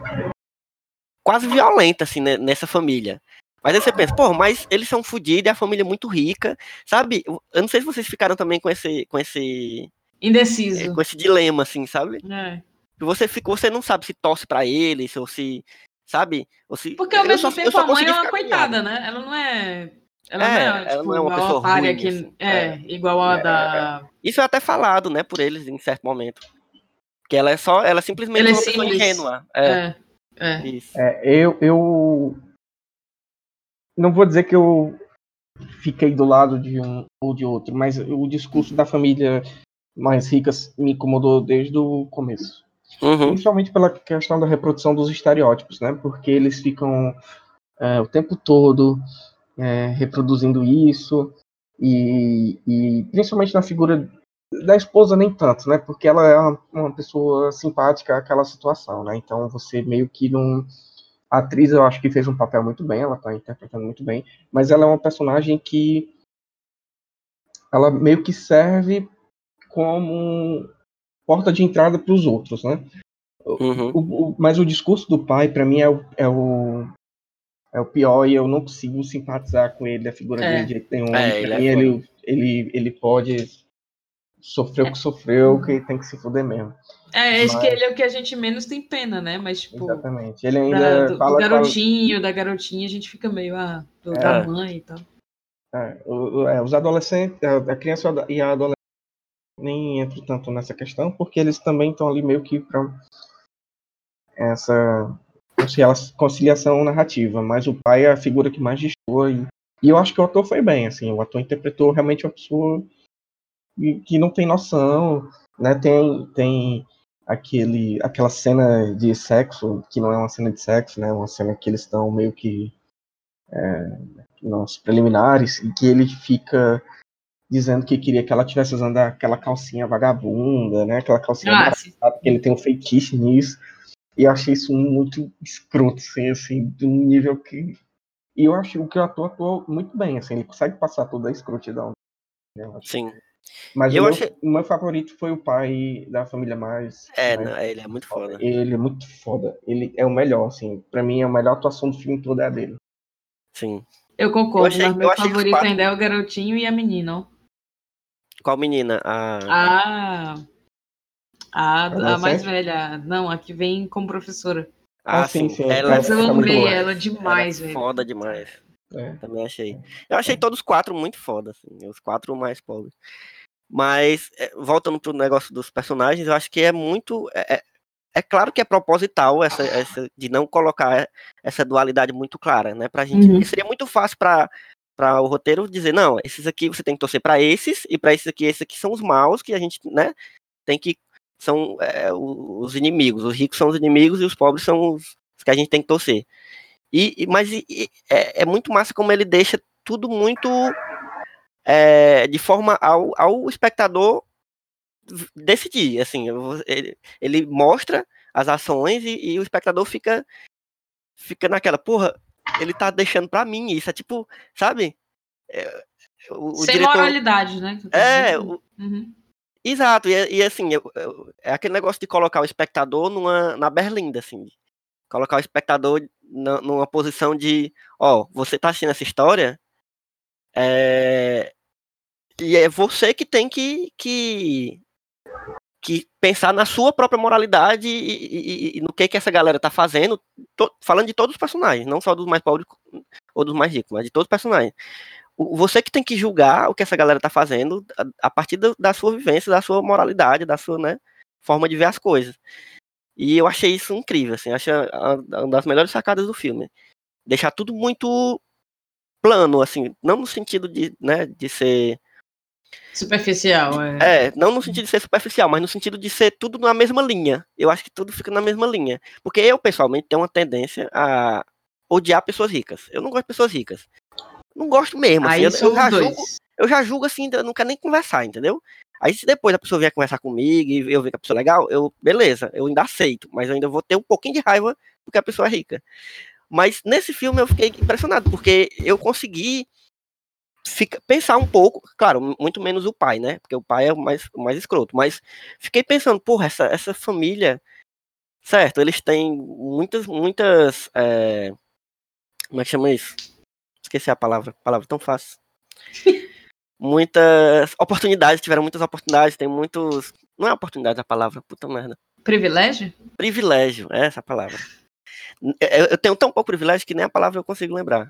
B: quase violenta assim né, nessa família. Mas aí você pensa, pô, mas eles são fodidos, é a família é muito rica, sabe? Eu eu não sei se vocês ficaram também com esse com esse eh,
D: Indeciso.
B: com esse dilema assim, sabe?
D: É.
B: Que você fica, você não sabe se torce pra eles ou se, sabe? Ou se
D: Porque ao
B: eu só
D: mesmo
B: eu
D: tempo
B: só
D: a mãe é
B: consegui
D: uma
B: ficar agoniado.
D: coitada, né? Ela não é. Ela não é,
B: É, ela não
D: tipo,
B: é uma
D: igual a
B: pessoa
D: Pária
B: ruim
D: que
B: assim.
D: é
B: É,
D: igual a da.
B: isso é até falado, né, por eles em certo momento. Que ela é só, ela é simplesmente
D: Ela é
B: uma pessoa
D: simples.
B: ingênua. É,
D: É. É.
B: isso.
C: é, eu, eu não vou dizer que eu fiquei do lado de um ou de outro, mas o discurso da família mais rica me incomodou desde o começo.
B: Uhum,
C: Principalmente pela questão da reprodução dos estereótipos, né? Porque eles ficam é, o tempo todo é, reproduzindo isso, e, e principalmente na figura da esposa nem tanto, né? Porque ela é uma, uma pessoa simpática àquela situação, né? Então você meio que não. A atriz eu acho que fez um papel muito bem, ela tá interpretando muito bem, mas ela é uma personagem que ela meio que serve como porta de entrada para os outros, né?
B: uhum.
C: O, o, mas o discurso do pai, para mim, é o, é, o, é o pior e eu não consigo simpatizar com ele, a figura dele de
D: É.
C: jeito nenhum.
B: É,
C: Para
B: ele é
C: mim,
B: foda.
C: ele, ele, ele pode sofrer o que sofreu, que tem que se fuder mesmo.
D: É, acho que
C: Mas,
D: ele é o que a gente menos tem pena, né? Mas, tipo,
C: exatamente. Ele
D: da-
C: ainda
D: do, do
C: fala com a.
D: garotinho, da garotinha, a gente fica meio, ah, do- da
B: É,
D: mãe e tal.
C: É, o- o- é, os adolescentes, a, a criança e a adolescente nem entram tanto nessa questão, porque eles também estão ali meio que para essa concilia- conciliação narrativa, mas o pai é a figura que mais destoa e, e eu acho que o ator foi bem, assim, o ator interpretou realmente uma pessoa que, que não tem noção, né, tem, tem aquele, aquela cena de sexo, que não é uma cena de sexo, né, uma cena que eles estão meio que é, nos preliminares, e que ele fica dizendo que queria que ela tivesse usando aquela calcinha vagabunda, né, aquela calcinha
D: Ah,
C: barata,
D: sim.
C: que ele tem um feitiço nisso. E eu achei isso muito escroto, assim, assim, de um nível que. E eu acho que o ator atuou muito bem, assim, ele consegue passar toda a escrotidão. Né, eu acho.
B: sim.
C: Mas o
B: Eu
C: meu,
B: achei.
C: o meu favorito foi o pai da família mais,
B: É,
C: mais
B: não, é, ele é muito
C: foda.
B: foda.
C: Ele é muito foda. Ele é o melhor, assim. Pra mim, a melhor atuação do filme todo é a dele.
B: Sim.
D: Eu
B: Eu
D: concordo,
B: achei,
D: mas
B: eu
D: meu
B: achei os
D: favorito
B: quatro.
D: ainda é o garotinho e a menina, ó.
B: Qual menina? A.
D: A, a, a mais
C: Adolescente?
D: velha. Não, a que vem como professora.
C: Ah,
B: Ah,
C: sim,
B: sim.
C: sim.
B: Ela é
D: Mas eu
C: Essa é muito
D: amei
C: boa.
D: ela
B: demais. Ela é
D: demais, velho.
B: foda demais.
C: É,
B: Também achei. Eu achei
C: é.
B: todos os quatro muito foda, assim. Os quatro mais pobres. Mas, é, voltando pro negócio dos personagens, eu acho que é muito. É, é é claro que é proposital essa, essa de não colocar essa dualidade muito clara, né, pra gente, porque
D: Uhum.
B: seria muito fácil para para o roteiro dizer, não, esses aqui você tem que torcer para esses e para esses aqui, esses aqui são os maus que a gente, né, tem que são é, os inimigos, os ricos são os inimigos e os pobres são os, os que a gente tem que torcer. E, e, mas e, e, é, é muito massa como ele deixa tudo muito é, de forma ao, ao espectador decidir, assim, ele, ele mostra as ações e, e o espectador fica fica naquela, porra, ele tá deixando pra mim isso, é tipo, sabe? É, o,
D: Sem
B: o diretor...
D: moralidade, né?
B: É, o...
D: uhum.
B: Exato, e, e assim, eu, eu, é aquele negócio de colocar o espectador numa, na berlinda, assim, colocar o espectador na, numa posição de, ó, você tá assistindo essa história, é... e é você que tem que, que, que pensar na sua própria moralidade e, e, e no que que essa galera tá fazendo, tô, falando de todos os personagens, não só dos mais pobres ou dos mais ricos, mas de todos os personagens. Você que tem que julgar o que essa galera tá fazendo a, a partir do, da sua vivência, da sua moralidade, da sua, né, forma de ver as coisas. E eu achei isso incrível, assim, acho uma das melhores sacadas do filme. Deixar tudo muito plano, assim, não no sentido de, né, de ser...
D: Superficial, é.
B: É, não no sentido de ser superficial, mas no sentido de ser tudo na mesma linha. Eu acho que tudo fica na mesma linha. Porque eu, pessoalmente, tenho uma tendência a odiar pessoas ricas. Eu não gosto de pessoas ricas. Não gosto mesmo, assim,
D: Aí
B: eu, eu, já
D: dois.
B: julgo, eu já julgo assim, eu não quero nem conversar, entendeu? Aí se depois a pessoa vier conversar comigo e eu ver que a pessoa é legal, eu, beleza, eu ainda aceito, mas eu ainda vou ter um pouquinho de raiva porque a pessoa é rica. Mas nesse filme eu fiquei impressionado, porque eu consegui fica, pensar um pouco, claro, muito menos o pai, né? Porque o pai é o mais, o mais escroto, mas fiquei pensando, porra, essa, essa família, certo, eles têm muitas, muitas, é, como é que chama isso? Esqueci a palavra, palavra tão fácil. Muitas oportunidades, tiveram muitas oportunidades, tem muitos... Não é oportunidade a palavra, puta merda.
D: Privilégio?
B: Privilégio, é essa a palavra. Eu tenho tão pouco privilégio que nem a palavra eu consigo lembrar.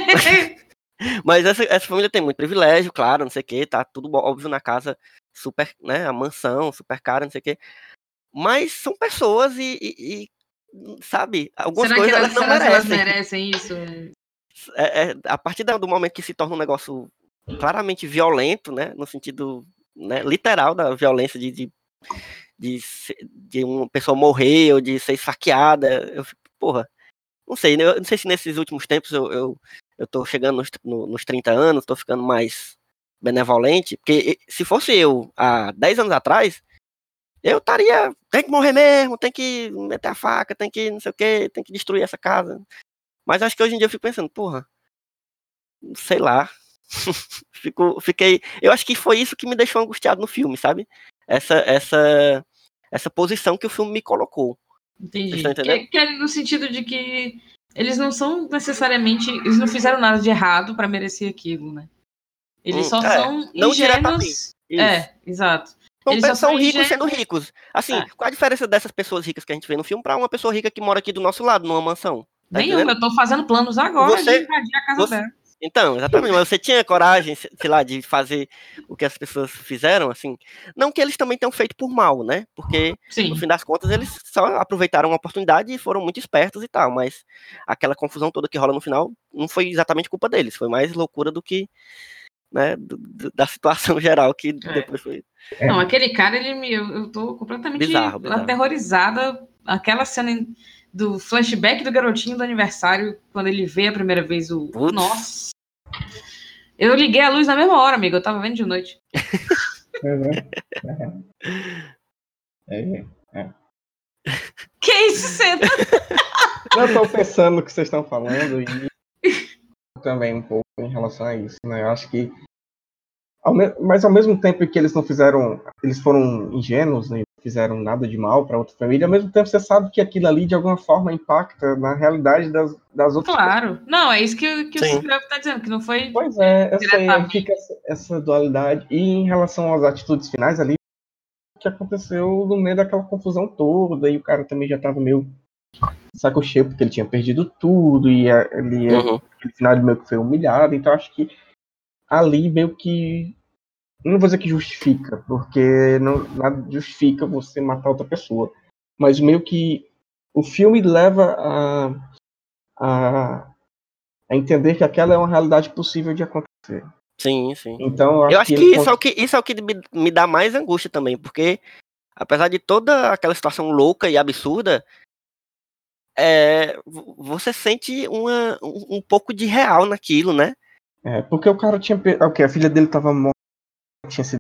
B: Mas essa, essa família tem muito privilégio, claro, não sei o que, tá tudo óbvio na casa, super, né, a mansão, super cara, não sei o que. Mas são pessoas e, e, e sabe, algumas
D: será
B: coisas
D: que elas,
B: elas não
D: será
B: merecem.
D: Que elas merecem isso?
B: É, é, a partir do momento que se torna um negócio claramente violento, né, no sentido, né, literal da violência de, de, de, de uma pessoa morrer ou de ser esfaqueada, eu fico, porra, não sei, eu não sei se nesses últimos tempos eu, eu, eu tô chegando nos, no, nos trinta anos, tô ficando mais benevolente, porque se fosse eu há dez anos atrás, eu estaria, tem que morrer mesmo, tem que meter a faca, tem que não sei o que, tem que destruir essa casa. Mas acho que hoje em dia eu fico pensando, porra, sei lá. Fico, fiquei. Eu acho que foi isso que me deixou angustiado no filme, sabe? Essa, essa, essa posição que o filme me colocou.
D: Entendi. Que, que é no sentido de que eles não são necessariamente. Eles não fizeram nada de errado para merecer aquilo, né? Eles hum, só é, são
B: não
D: ingênuos. É, exato.
B: Eles só são ricos ingênuos. Sendo ricos. Assim, é. Qual a diferença dessas pessoas ricas que a gente vê no filme para uma pessoa rica que mora aqui do nosso lado, numa mansão?
D: Tá Nenhuma, entendendo? Eu tô fazendo planos agora você, de invadir a casa
B: você,
D: dela.
B: Então, exatamente, mas você tinha coragem, sei lá, de fazer o que as pessoas fizeram, assim, não que eles também tenham feito por mal, né, porque Sim. no fim das contas eles só aproveitaram uma oportunidade e foram muito espertos e tal, mas aquela confusão toda que rola no final não foi exatamente culpa deles, foi mais loucura do que, né, do, do, da situação geral que é. depois foi...
D: É. Não, aquele cara, ele me, eu, eu tô completamente
B: bizarro, bizarro.
D: aterrorizada, aquela cena... Em... do flashback do garotinho do aniversário, quando ele vê a primeira vez o...
B: Putz.
D: Nossa! Eu liguei a luz na mesma hora, amigo. Eu tava vendo de noite.
C: É, é. é.
D: Que isso, Senta?
C: Eu tô pensando no que vocês estão falando e também um pouco em relação a isso, né? Eu acho que ao me... mas ao mesmo tempo que eles não fizeram, eles foram ingênuos, né? Fizeram nada de mal para outra família, ao mesmo tempo você sabe que aquilo ali de alguma forma impacta na realidade das, das outras
D: claro.
C: pessoas.
D: Não, é isso que, que o Silvio está dizendo, que não foi
C: pois é, eu sei, aí fica essa, essa dualidade. E em relação às atitudes finais ali, o que aconteceu no meio daquela confusão toda, e o cara também já estava meio saco cheio, porque ele tinha perdido tudo, e ele,
B: uhum.
C: no final ele meio que foi humilhado, então acho que ali meio que não vou dizer que justifica, porque não, nada justifica você matar outra pessoa. Mas meio que o filme leva a, a, a entender que aquela é uma realidade possível de acontecer.
B: Sim, sim.
C: Então, eu acho,
B: eu acho
C: que,
B: que, isso, cons... é o que isso é o que me, me dá mais angústia também, porque apesar de toda aquela situação louca e absurda, é, vo- você sente uma, um, um pouco de real naquilo, né?
C: É, porque o cara tinha. pe- Ok, a filha dele tava morta, tinha sido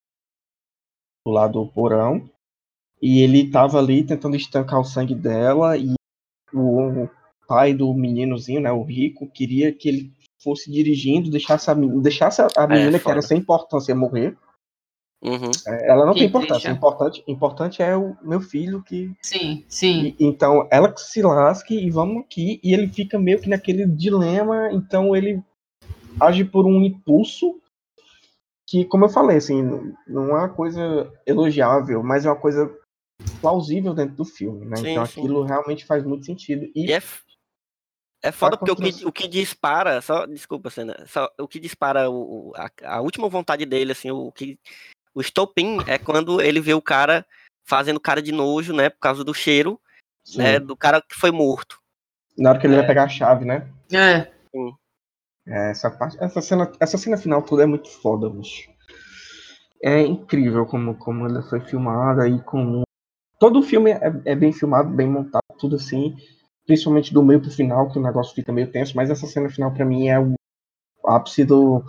C: do lado do porão. E ele tava ali tentando estancar o sangue dela. E o, o pai do meninozinho, né, o rico, queria que ele fosse dirigindo, deixasse a, men- deixasse a a
B: É,
C: menina que era
B: foda.
C: sem importância morrer.
B: Uhum.
C: É, ela não
D: Que
C: tem
D: triste,
C: importância.
D: é.
C: Importante, importante é o meu filho que.
D: Sim, sim.
C: E, então, ela que se lasque e vamos aqui. E ele fica meio que naquele dilema. Então, ele age por um impulso que, como eu falei, assim, não- não é uma coisa elogiável, mas é uma coisa plausível dentro do filme, né?
B: Sim,
C: Então,
B: sim.
C: aquilo realmente faz muito sentido.
B: E
C: E
B: é, f- é
C: a
B: foda porque o que,
C: construção.
B: o que dispara, só, desculpa, Senna, só, o que dispara o, o- a, a última vontade dele, assim, o que o estopim é quando ele vê o cara fazendo cara de nojo, né, por causa do cheiro, né,
C: Sim.
B: do cara que foi morto.
C: Na hora que ele vai pegar a chave, né?
D: É.
B: Sim.
C: É, essa parte, essa cena, essa cena final toda é muito foda, bicho. É incrível como, como ela foi filmada e como todo o filme é, é bem filmado, bem montado, tudo assim, principalmente do meio pro final, que o negócio fica meio tenso, mas essa cena final pra mim é o ápice do,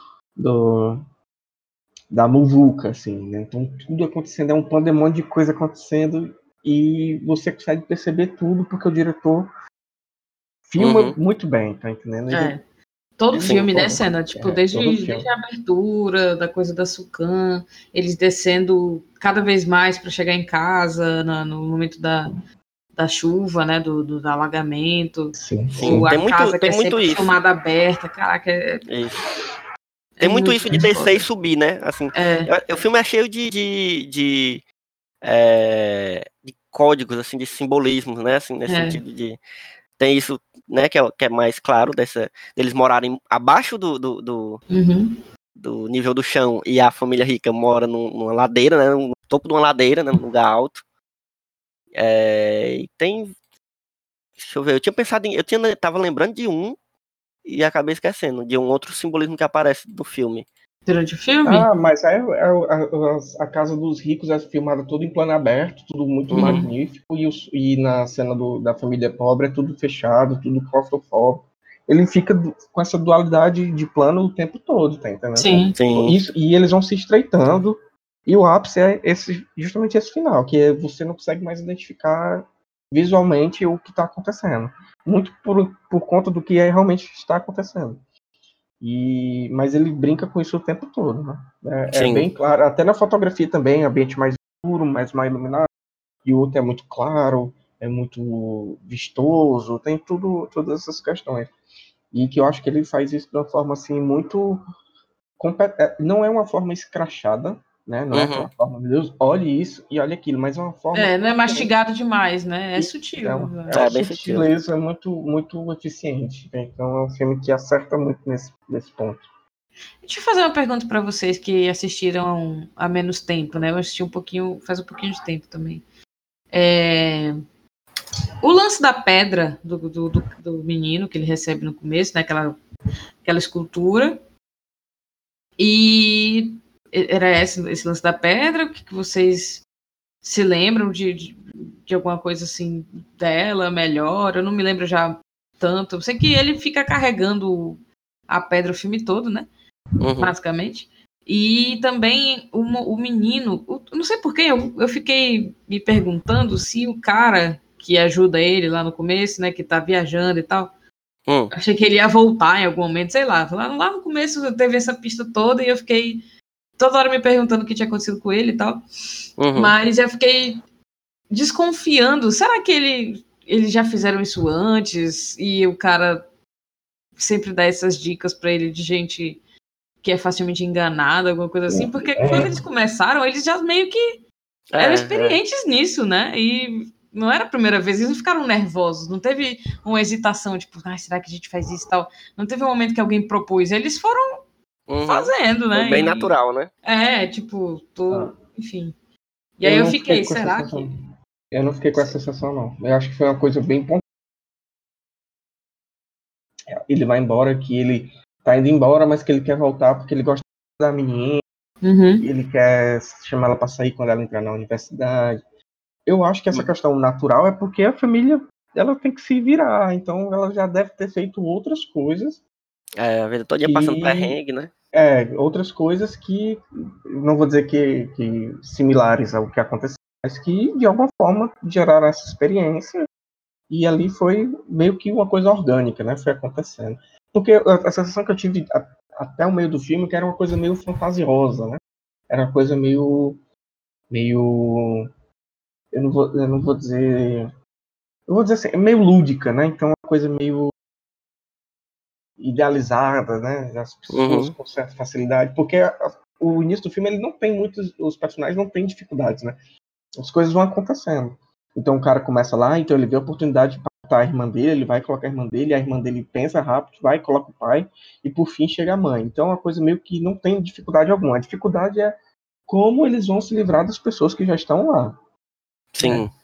C: do da muvuca, assim, né? Então tudo acontecendo, é um pandemônio de coisa acontecendo e você consegue perceber tudo porque o diretor filma
B: Uhum.
C: muito bem, tá entendendo? Ele,
D: É. Todo
C: ele
B: Sim.
D: filme, né,
C: todo,
D: cena? Tipo,
C: é, todo
D: desde,
C: filme.
D: desde a abertura, da coisa da Sucan, eles descendo cada vez mais para chegar em casa na- no momento da, da chuva, né, do, do alagamento,
C: Sim,
B: Sim,
D: ou
C: sim.
B: tem
D: a
B: muito,
D: casa que
B: tem
D: é
B: muito
D: sempre
B: isso.
D: filmada aberta, caraca, é,
B: Isso.
D: é
B: Tem muito
D: muito,
B: isso de
D: muito
B: descer e
D: foda.
B: subir, né? Assim,
D: É,
B: eu- o filme é cheio de, de, de, é, de códigos, assim, de simbolismos, né? Assim, nesse
D: é,
B: sentido de tem isso, né? Que é, que é mais claro dessa deles morarem abaixo do, do, do,
D: uhum,
B: do nível do chão e a família rica mora num- numa ladeira, né? No topo de uma ladeira, né? Num lugar alto. É, e tem, deixa eu ver, eu tinha pensado em, eu tinha, tava lembrando de um e acabei esquecendo de um outro simbolismo que aparece no filme.
D: durante o filme?
C: Ah, mas é, é a, a- a casa dos ricos é filmada tudo em plano aberto, tudo muito
B: Uhum.
C: magnífico, e, os- e na cena do- da família pobre é tudo fechado, tudo claustrofóbico. Ele fica du- com essa dualidade de plano o tempo todo, tá entendendo?
D: Sim,
B: Sim.
C: Isso, e eles vão se estreitando, e o ápice é esse, justamente esse final, que é você não consegue mais identificar visualmente o que está acontecendo. Muito por, por conta do que é, realmente está acontecendo. E, mas ele brinca com isso o tempo todo, né? É, é
B: Sim.
C: bem claro, até na fotografia também, ambiente mais escuro, mais, mais iluminado, e o outro é muito claro, é muito vistoso, tem tudo, todas essas questões. E que eu acho que ele faz isso de uma forma assim muito compet- é, não é uma forma escrachada, né? Não é
B: Uhum.
C: aquela forma, meu Deus, olhe isso e olhe aquilo, mas é uma forma
D: é, não é
C: competente.
D: mastigado demais, né? É
C: Isso, é
D: sutil.
C: uma,
D: né?
C: é uma
B: É bem sutil.
C: sutileza muito, muito eficiente. Né? Então é um filme que acerta muito nesse, nesse ponto.
D: Deixa eu fazer uma pergunta para vocês que assistiram há menos tempo, né? Eu assisti um pouquinho, faz um pouquinho de tempo também. É, o lance da pedra do, do, do, do menino que ele recebe no começo, né? Aquela, aquela escultura. E era esse, esse lance da pedra? O que, que vocês se lembram de, de, de alguma coisa assim dela melhor? Eu não me lembro já tanto. Eu sei que ele fica carregando a pedra o filme todo, né?
B: Uhum.
D: Basicamente. E também o, o menino, o, não sei porquê, eu, eu fiquei me perguntando se o cara que ajuda ele lá no começo, né, que tá viajando e tal,
B: Hum.
D: achei que ele ia voltar em algum momento, sei lá. Lá, lá no começo teve essa pista toda e eu fiquei toda hora me perguntando o que tinha acontecido com ele e tal.
B: Uhum.
D: Mas eu fiquei desconfiando. Será que ele, eles já fizeram isso antes e o cara sempre dá essas dicas pra ele de gente que é facilmente enganada, alguma coisa assim? Porque quando eles começaram, eles já meio que eram
B: É, é.
D: experientes nisso, né? E não era a primeira vez, eles não ficaram nervosos, não teve uma hesitação, tipo, ah, será que a gente faz isso e tal? Não teve um momento que alguém propôs, eles foram
B: Uhum.
D: fazendo, né?
B: Foi bem
D: E-
B: natural, né?
D: É, tipo, tô,
C: Ah.
D: enfim. E aí
C: Eu
D: eu
C: não
D: fiquei,
C: fiquei com essa
D: será
C: sensação.
D: que.
C: Eu não fiquei com essa sensação, não. Eu acho que foi uma coisa bem pontual. Ele vai embora, que ele tá indo embora, mas que ele quer voltar porque ele gosta da menina,
D: Uhum.
C: ele quer chamar ela para sair quando ela entrar na universidade. Eu acho que essa questão natural é porque a família ela tem que se virar, então ela já deve ter feito outras coisas.
B: É, a vida toda
C: que,
B: passando perrengue, né?
C: É, outras coisas que, não vou dizer que, que similares ao que aconteceu, mas que de alguma forma geraram essa experiência, e ali foi meio que uma coisa orgânica, né? Foi acontecendo. Porque a, a sensação que eu tive a, até o meio do filme que era uma coisa meio fantasiosa, né? Era uma coisa meio. meio. Eu não vou, eu não vou dizer. Eu vou dizer assim, meio lúdica, né? Então, uma coisa meio idealizada, né? As pessoas
B: Uhum.
C: com certa facilidade. Porque a, a, o início do filme, ele não tem muitos. Os personagens não têm dificuldades, né? As coisas vão acontecendo. Então, o cara começa lá, então ele vê a oportunidade de matar a irmã dele, ele vai colocar a irmã dele, a irmã dele pensa rápido, vai, coloca o pai, e por fim chega a mãe. Então, é uma coisa meio que não tem dificuldade alguma. A dificuldade é como eles vão se livrar das pessoas que já estão lá.
B: Sim.
C: Né?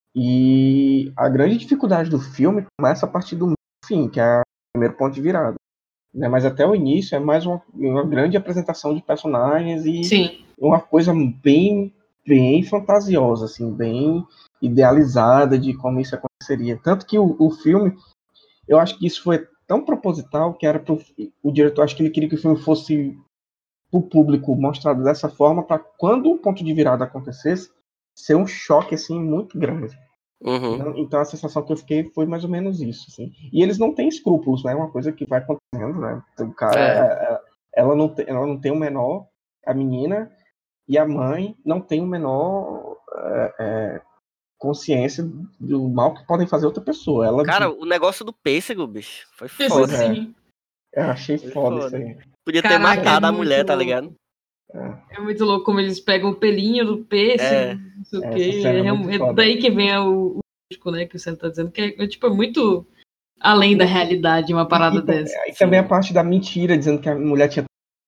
C: E a grande dificuldade do filme começa a partir do fim, que é o primeiro ponto de virada. Né? Mas até o início é mais uma, uma grande apresentação de personagens e
D: Sim.
C: uma coisa bem, bem fantasiosa, assim, bem idealizada de como isso aconteceria. Tanto que o, o filme, eu acho que isso foi tão proposital que era pro, o diretor, acho que ele queria que o filme fosse para o público mostrado dessa forma, para quando o ponto de virada acontecesse, ser um choque assim muito grande.
B: Uhum.
C: Então, então a sensação que eu fiquei foi mais ou menos isso. Assim. E eles não têm escrúpulos, né? É uma coisa que vai acontecendo, né? O cara,
B: É.
C: ela não tem, ela não tem o menor, a menina e a mãe não tem o menor é, é, consciência do mal que podem fazer outra pessoa. Ela,
B: Cara, o negócio do pêssego, bicho, foi
D: Isso
B: foda.
D: sim.
C: eu achei
B: Foi
C: foda,
B: foda.
C: isso aí.
B: Podia ter
D: Caraca,
B: matado
D: é
B: a mulher,
D: muito
B: tá
D: louco.
B: ligado?
C: É,
D: É muito louco como eles pegam o pelinho do pêssego,
B: É.
D: não sei o
C: essa
D: quê.
C: cena é
D: É,
C: muito
D: é
C: foda.
D: daí que vem o, o lúdico, né, que você tá dizendo, que é, é, tipo, é muito além da realidade uma parada
C: E, e, tam-
D: dessa.
C: e também a
B: Sim.
C: parte da mentira, dizendo que a mulher tinha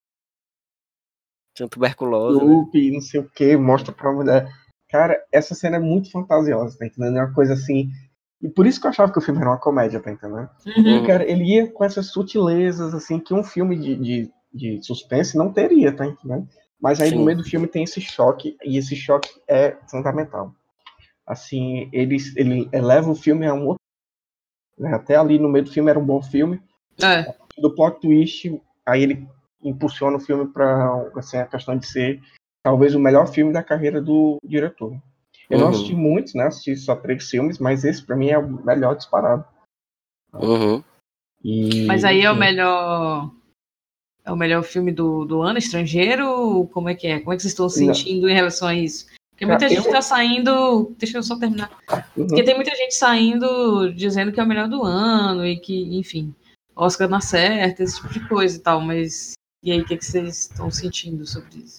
B: Tinha tuberculose, né?
C: trupe e não sei o que, mostra pra mulher. Cara, essa cena é muito fantasiosa, tá entendendo? É uma coisa assim. E por isso que eu achava que o filme era uma comédia, tá entendendo?
D: Uhum.
C: Cara, ele ia com essas sutilezas, assim, que um filme de, de, de suspense não teria, tá entendendo? Mas aí no
B: Sim.
C: meio do filme tem esse choque, e esse choque é fundamental. Assim, ele, ele eleva o filme a um outro. Né? Até ali no meio do filme era um bom filme.
D: É.
C: Do plot twist, aí ele impulsiona o filme para assim, a questão de ser talvez o melhor filme da carreira do diretor. Eu não assisti
B: Uhum.
C: muitos, né? Assisti só três filmes, mas esse pra mim é o melhor disparado.
B: Uhum.
C: E,
D: Mas aí é o
C: enfim,
D: melhor. É o melhor filme do, do ano, estrangeiro? Como é que é? Como é que vocês estão se
C: não,
D: sentindo em relação a isso? Porque
C: cara,
D: muita gente
C: eu,
D: tá saindo. Deixa eu só terminar. Porque
C: uhum.
D: tem muita gente saindo dizendo que é o melhor do ano e que, enfim, Oscar na certa, esse tipo de coisa e tal, mas e aí, o que, que vocês estão sentindo sobre isso?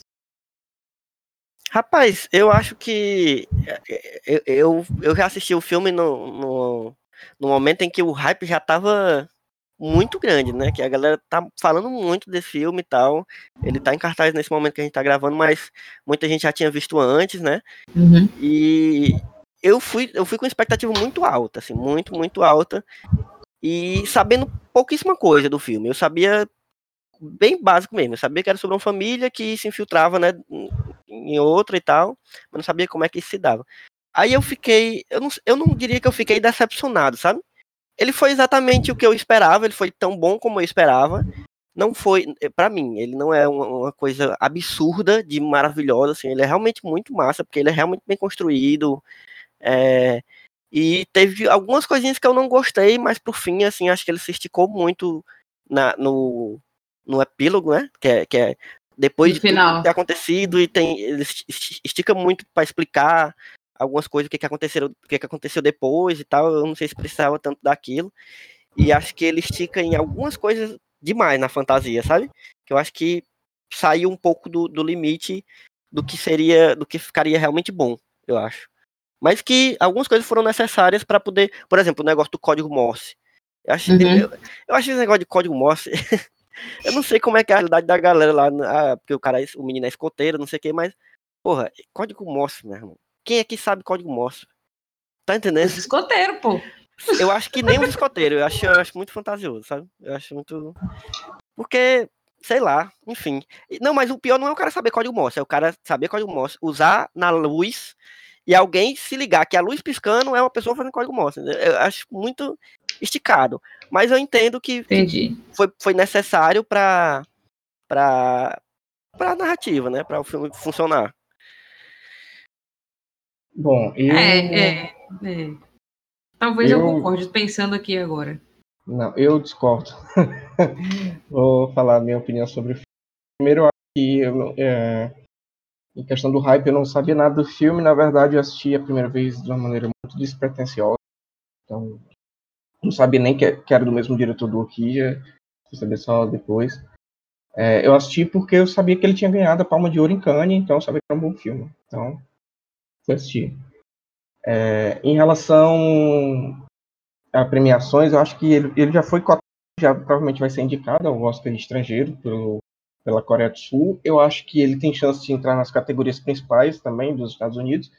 B: Rapaz, eu acho que eu, eu, eu já assisti o filme no, no, no momento em que o hype já tava muito grande, né? Que a galera tá falando muito desse filme e tal. Ele tá em cartaz nesse momento que a gente tá gravando, mas muita gente já tinha visto antes, né?
D: Uhum.
B: E eu fui, eu fui com expectativa muito alta, assim, muito, muito alta. E sabendo pouquíssima coisa do filme. Eu sabia bem básico mesmo. Eu sabia que era sobre uma família que se infiltrava, né, em outra e tal, mas não sabia como é que isso se dava. Aí eu fiquei, eu não, eu não diria que eu fiquei decepcionado, sabe? Ele foi exatamente o que eu esperava, ele foi tão bom como eu esperava. Não foi, pra mim, ele não é uma, uma coisa absurda de maravilhosa, assim, ele é realmente muito massa, porque ele é realmente bem construído, é, e teve algumas coisinhas que eu não gostei, mas por fim, assim, acho que ele se esticou muito na, no, no epílogo, né? Que é, que é depois
D: No
B: de tudo
D: final.
B: ter acontecido, e tem, ele estica muito para explicar algumas coisas, o que, que aconteceu, o que, que aconteceu depois e tal. Eu não sei se precisava tanto daquilo. E acho que ele estica em algumas coisas demais na fantasia, sabe? Que eu acho que saiu um pouco do, do limite do que seria, do que ficaria realmente bom, eu acho. Mas que algumas coisas foram necessárias para poder, por exemplo, o negócio do código Morse. Eu acho,
D: Uhum.
B: eu, eu, eu acho esse negócio de código Morse. Eu não sei como é que é a realidade da galera lá, ah, porque o cara, o menino é escoteiro, não sei o que, mas, porra, código Morse, meu irmão. Quem é que sabe código Morse? Tá entendendo?
D: Os escoteiros, pô.
B: Eu acho que nem os escoteiros, eu acho, eu acho muito fantasioso, sabe? Eu acho muito. Porque, sei lá, enfim. Não, mas o pior não é o cara saber código Morse, é o cara saber código Morse, usar na luz e alguém se ligar que a luz piscando é uma pessoa fazendo código Morse. Eu acho muito esticado. Mas eu entendo que, que foi, foi necessário para para para narrativa, né? Para o filme funcionar.
C: Bom, eu...
D: É, é, é. Talvez eu... eu concorde, pensando aqui agora.
C: Não, eu discordo. Vou falar a minha opinião sobre o filme. Primeiro, eu acho que eu, é, em questão do hype, eu não sabia nada do filme. Na verdade, eu assisti a primeira vez de uma maneira muito despretensiosa. Então, não sabia nem que, que era do mesmo diretor do Okja. Fui saber só depois. É, eu assisti porque eu sabia que ele tinha ganhado a Palma de Ouro em Cannes, então eu sabia que era um bom filme. Então, fui assistir. É, em relação a premiações, eu acho que ele, ele já foi cotado, já provavelmente vai ser indicado ao Oscar estrangeiro pelo, pela Coreia do Sul. Eu acho que ele tem chance de entrar nas categorias principais também dos Estados Unidos,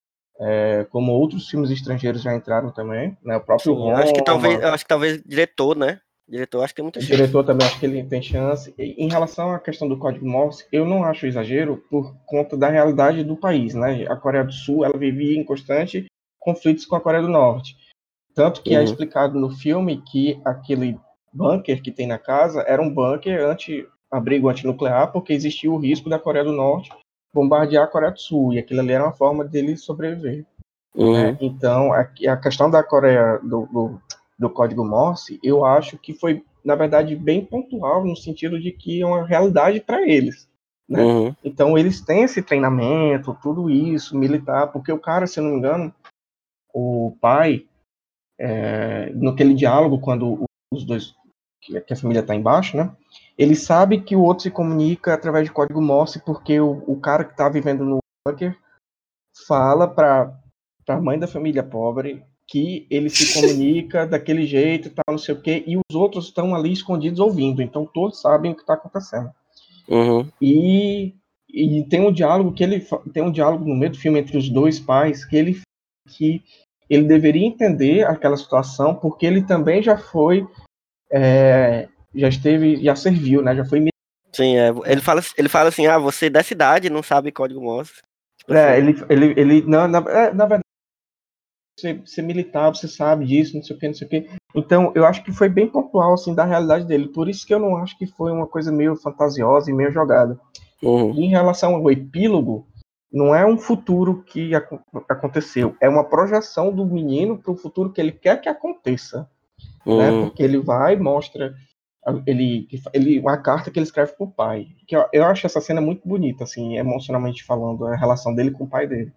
C: é, como outros filmes estrangeiros já entraram também, né? O próprio
B: Sim, eu acho que talvez, eu acho que talvez diretor, né? Diretor, acho que tem muita chance.
C: O diretor também acho que ele tem chance. Em relação à questão do código Morse, eu não acho exagero por conta da realidade do país, né? A Coreia do Sul, ela vivia em constante conflitos com a Coreia do Norte. Tanto que uhum. é explicado no filme que aquele bunker que tem na casa era um bunker anti-abrigo antinuclear, porque existia o risco da Coreia do Norte bombardear a Coreia do Sul, e aquilo ali era uma forma dele sobreviver.
B: Uhum.
C: Né? Então, a, a questão da Coreia, do, do, do código Morse, eu acho que foi, na verdade, bem pontual, no sentido de que é uma realidade para eles. Né?
B: Uhum.
C: Então, eles têm esse treinamento, tudo isso, militar, porque o cara, se eu não me engano, o pai, é, naquele diálogo, quando os dois, que a família está embaixo, né? Ele sabe que o outro se comunica através de código Morse, porque o, o cara que está vivendo no bunker fala para a mãe da família pobre que ele se comunica daquele jeito, tal, não sei o quê, e os outros estão ali escondidos ouvindo, então todos sabem o que está acontecendo.
B: Uhum.
C: E, e tem um diálogo que ele tem um diálogo no meio do filme entre os dois pais que ele que ele deveria entender aquela situação, porque ele também já foi, é, já esteve, já serviu, né? Já foi.
B: Sim, é, ele fala, ele fala assim, ah, você da cidade não sabe código Morse. Tipo
C: é,
B: assim.
C: ele, ele, ele, não, na, é, na verdade, você, você militar, você sabe disso, não sei o que, não sei o que. Então, eu acho que foi bem pontual, assim, da realidade dele. Por isso que eu não acho que foi uma coisa meio fantasiosa e meio jogada.
B: Uhum.
C: E em relação ao epílogo, não é um futuro que ac- aconteceu, é uma projeção do menino para o futuro que ele quer que aconteça,
B: Uhum.
C: né? Porque ele vai, mostra ele, ele, uma carta que ele escreve para o pai. Que eu, eu acho essa cena muito bonita, assim, emocionalmente falando, a relação dele com o pai dele.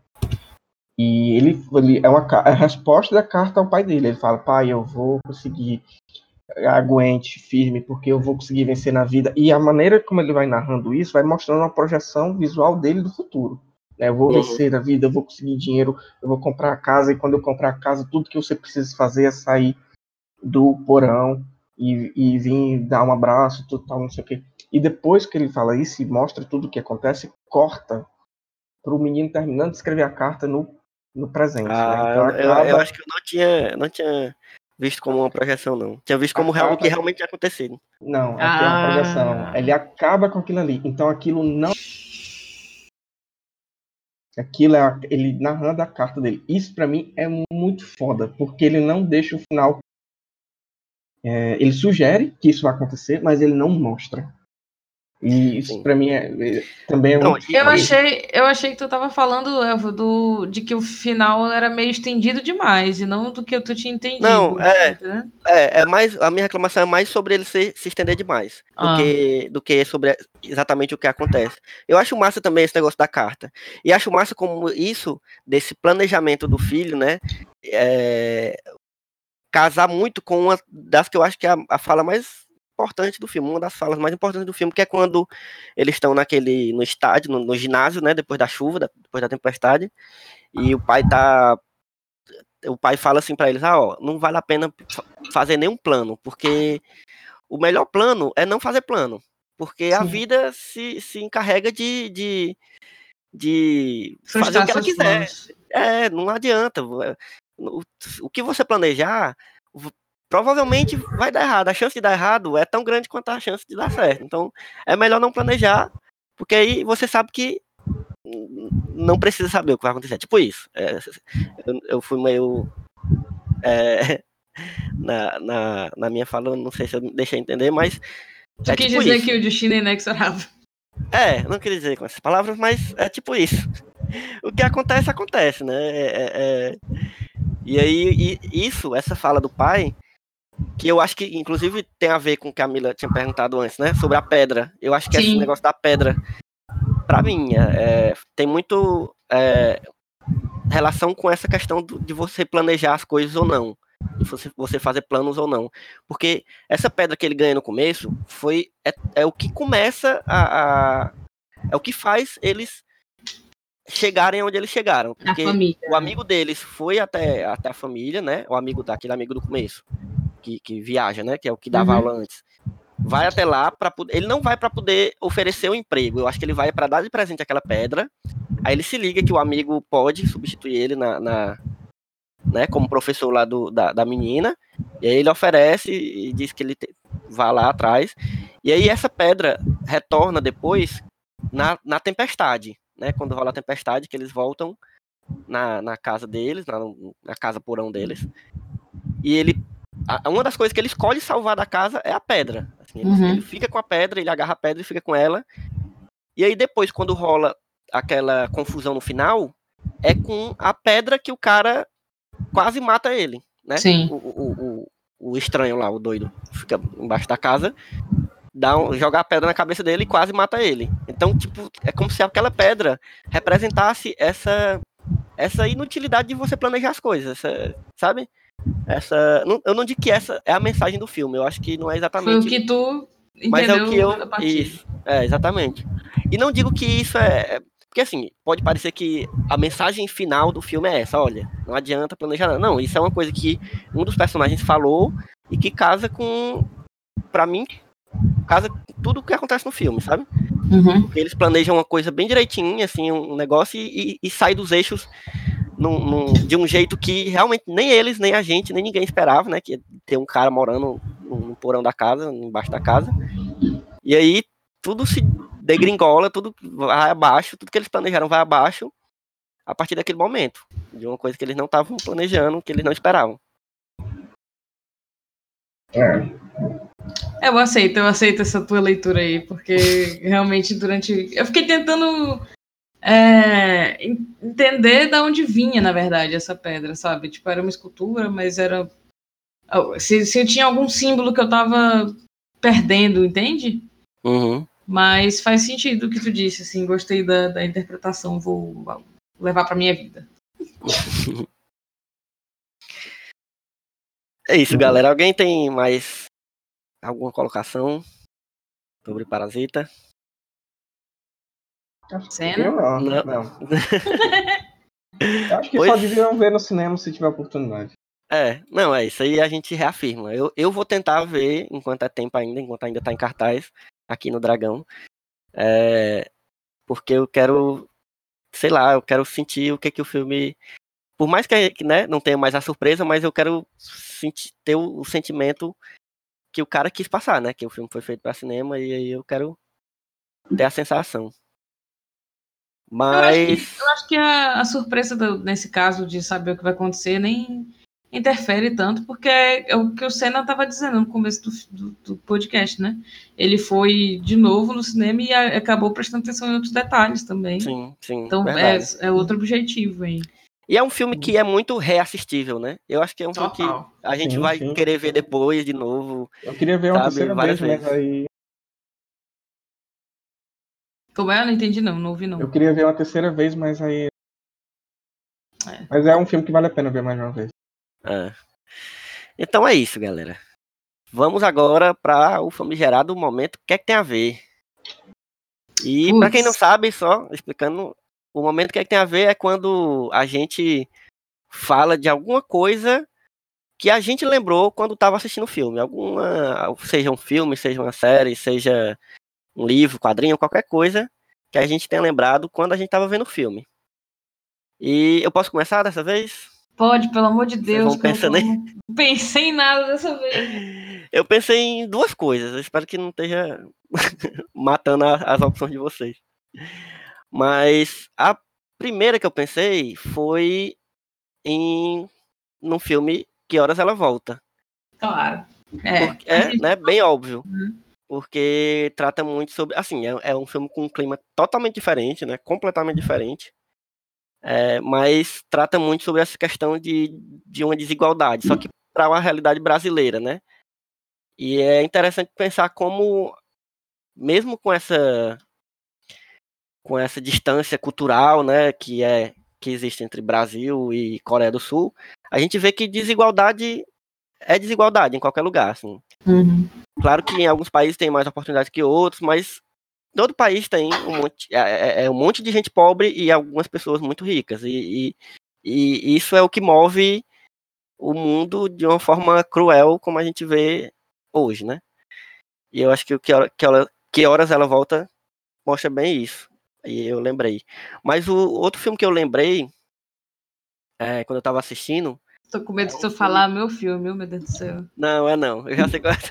C: E ele, ele é uma a resposta da carta ao pai dele. Ele fala: pai, eu vou conseguir, aguente, firme, porque eu vou conseguir vencer na vida. E a maneira como ele vai narrando isso vai mostrando uma projeção visual dele do futuro. Eu vou vencer na vida, eu vou conseguir dinheiro, eu vou comprar a casa, e quando eu comprar a casa, tudo que você precisa fazer é sair do porão e, e vir dar um abraço, tudo tal, não sei o quê. E depois que ele fala isso e mostra tudo o que acontece, corta para o menino terminando de escrever a carta no, no presente.
B: Ah,
C: né? Então,
B: eu,
C: acaba...
B: eu acho que eu não tinha, não tinha visto como uma projeção, não. Tinha visto como
C: acaba...
B: o que realmente tinha acontecido.
C: Não, aqui
D: ah.
C: é uma projeção. Ele acaba com aquilo ali. Então aquilo não... Aquilo é ele narrando a carta dele. Isso pra mim é muito foda, porque ele não deixa o final. É, ele sugere que isso vai acontecer, mas ele não mostra. E isso pra mim é, é, também é
B: Não,
C: muito
D: eu
C: foda.
D: achei, eu achei que tu tava falando, Elvo, do, de que o final era meio estendido demais, e não do que eu tu tinha entendido.
B: Não, é,
D: né?
B: é, é mais, a minha reclamação é mais sobre ele se, se estender demais, do,
D: Ah.
B: que, do que sobre exatamente o que acontece. Eu acho massa também esse negócio da carta. E acho massa como isso, desse planejamento do filho, né, é, casar muito com uma das que eu acho que é a, a fala mais importante do filme, uma das falas mais importantes do filme, que é quando eles estão naquele, no estádio, no, no ginásio, né, depois da chuva, da, depois da tempestade, e o pai tá, o pai fala assim pra eles, ah, ó, não vale a pena fazer nenhum plano, porque o melhor plano é não fazer plano, porque Sim. a vida se, se encarrega de, de, de fazer o que ela quiser. Planos. É, não adianta. O, o que você planejar provavelmente vai dar errado. A chance de dar errado é tão grande quanto a chance de dar certo. Então, é melhor não planejar, porque aí você sabe que não precisa saber o que vai acontecer. Tipo isso. É, eu, eu fui meio... É, na, na, na minha fala, não sei se eu deixei entender, mas...
D: Tu
B: é
D: quis
B: tipo
D: dizer
B: isso.
D: que o destino é inexorável.
B: É, não queria dizer com essas palavras, mas é tipo isso. O que acontece, acontece, né? É, é... E aí, e isso, essa fala do pai, que eu acho que, inclusive, tem a ver com o que a Mila tinha perguntado antes, né? Sobre a pedra. Eu acho que
D: Sim.
B: esse negócio da pedra, pra mim, é, tem muito é, relação com essa questão do, de você planejar as coisas ou não. De você, você fazer planos ou não. Porque essa pedra que ele ganha no começo foi, é, é o que começa a, a... É o que faz eles chegarem onde eles chegaram.
D: A
B: Porque
D: família.
B: o amigo deles foi até, até a família, né? O amigo daquele amigo do começo. Que, que viaja, né? Que é o que dava
D: Uhum.
B: aula antes. Vai até lá para poder. Ele não vai para poder oferecer um emprego. Eu acho que ele vai para dar de presente aquela pedra. Aí ele se liga que o amigo pode substituir ele na, na né? Como professor lá do, da, da menina. E aí ele oferece e diz que ele te, vai lá atrás. E aí essa pedra retorna depois na, na tempestade, né? Quando rola a tempestade, que eles voltam na, na casa deles, na, na casa porão deles. E ele uma das coisas que ele escolhe salvar da casa é a pedra. Assim, ele,
D: Uhum.
B: ele fica com a pedra, ele agarra a pedra e fica com ela. E aí depois, quando rola aquela confusão no final, é com a pedra que o cara quase mata ele, né?
D: Sim.
B: O, o, o, o estranho lá, o doido, fica embaixo da casa, dá um, joga a pedra na cabeça dele e quase mata ele. Então, tipo, é como se aquela pedra representasse essa, essa inutilidade de você planejar as coisas, essa, sabe? Essa, não, eu não digo que essa é a mensagem do filme, eu acho que não é exatamente.
D: Foi o que tu entendeu,
B: mas é o que eu,
D: a partir.
B: isso, é, exatamente. E não digo que isso é, porque assim, pode parecer que a mensagem final do filme é essa, olha, não adianta planejar nada. Não, isso é uma coisa que um dos personagens falou e que casa com, pra mim, casa com tudo o que acontece no filme, sabe?
D: Uhum.
B: Porque eles planejam uma coisa bem direitinha, assim, um negócio e, e, e sai dos eixos Num, num, de um jeito que realmente nem eles, nem a gente, nem ninguém esperava, né? Que ia ter um cara morando no, no porão da casa, embaixo da casa. E aí tudo se degringola, tudo vai abaixo, tudo que eles planejaram vai abaixo a partir daquele momento. De uma coisa que eles não estavam planejando, que eles não esperavam.
C: É.
D: Eu aceito, eu aceito essa tua leitura aí, porque realmente durante... Eu fiquei tentando... É, entender de onde vinha, na verdade, essa pedra, sabe? Tipo, era uma escultura, mas era... Se, se eu tinha algum símbolo que eu tava perdendo, entende?
B: Uhum.
D: Mas faz sentido o que tu disse, assim, gostei da, da interpretação, vou levar pra minha vida.
B: É isso, galera. Alguém tem mais alguma colocação sobre Parasita?
C: Acho que
D: Cena?
C: eu não.
B: Não.
C: não. Eu acho que
B: Pois-
C: só deviam ver no cinema se tiver oportunidade.
B: É, não, é isso aí a gente reafirma. Eu, eu vou tentar ver enquanto é tempo ainda, enquanto ainda tá em cartaz aqui no Dragão. É, porque eu quero, sei lá, eu quero sentir o que que o filme... Por mais que, que, né, não tenha mais a surpresa, mas eu quero sentir, ter o, o sentimento que o cara quis passar, né? Que o filme foi feito para cinema e aí eu quero ter a sensação.
D: Eu acho que,
B: Mas...
D: eu acho que a, a surpresa do- nesse caso de saber o que vai acontecer nem interfere tanto, porque é, é o que o Senna estava dizendo no começo do, do, do podcast, né? Ele foi de novo no cinema e a, acabou prestando atenção em outros detalhes também.
B: Sim, sim,
D: Então é,
B: verdade.
D: é outro objetivo aí.
B: E é um filme que é muito reassistível, né? Eu acho que é um filme
D: Total.
B: que a gente
C: Sim,
B: vai
C: sim.
B: querer ver depois, de novo,
C: Eu queria ver uma
B: sabe,
C: terceira
B: várias
C: vez, mas
B: vezes.
C: aí.
D: Como é? Eu não entendi não, não ouvi não.
C: Eu queria ver uma terceira vez, mas aí.
D: É.
C: Mas é um filme que vale a pena ver mais uma vez.
B: É. Então é isso, galera. Vamos agora para o famigerado momento. O que é que tem a ver? E
D: Putz.
B: para quem não sabe, só explicando, o momento que é que tem a ver é quando a gente fala de alguma coisa que a gente lembrou quando estava assistindo o filme. Alguma, seja um filme, seja uma série, seja um livro, quadrinho, qualquer coisa que a gente tenha lembrado quando a gente estava vendo o filme. E eu posso começar dessa vez?
D: Pode, pelo amor de
B: Vocês
D: Deus,
B: vão
D: que eu
B: pensando aí?
D: não pensei em nada dessa vez.
B: Eu pensei em duas coisas. Eu espero que não esteja matando a- as opções de vocês. Mas a primeira que eu pensei foi em num filme Que Horas Ela Volta.
D: Claro. É.
B: Porque, é, né, bem óbvio.
D: Uhum.
B: Porque trata muito sobre... Assim, é, é um filme com um clima totalmente diferente, né? Completamente diferente. É, mas trata muito sobre essa questão de, de uma desigualdade. Só que para uma realidade brasileira, né? E é interessante pensar como, mesmo com essa, com essa distância cultural, né? Que, é, que existe entre Brasil e Coreia do Sul, a gente vê que desigualdade é desigualdade em qualquer lugar, assim.
D: Uhum.
B: Claro que em alguns países tem mais oportunidade que outros, mas todo país tem um monte, é, é um monte de gente pobre e algumas pessoas muito ricas. E, e, e isso é o que move o mundo de uma forma cruel, como a gente vê hoje, né? E eu acho que o que, hora, que, hora, que horas ela volta mostra bem isso. E eu lembrei. Mas o outro filme que eu lembrei, é, quando eu tava assistindo...
D: Tô com medo
B: é
D: de
B: um
D: tu
B: filme...
D: falar meu filme, meu Deus do céu.
B: Não, é não. Eu já sei qual é.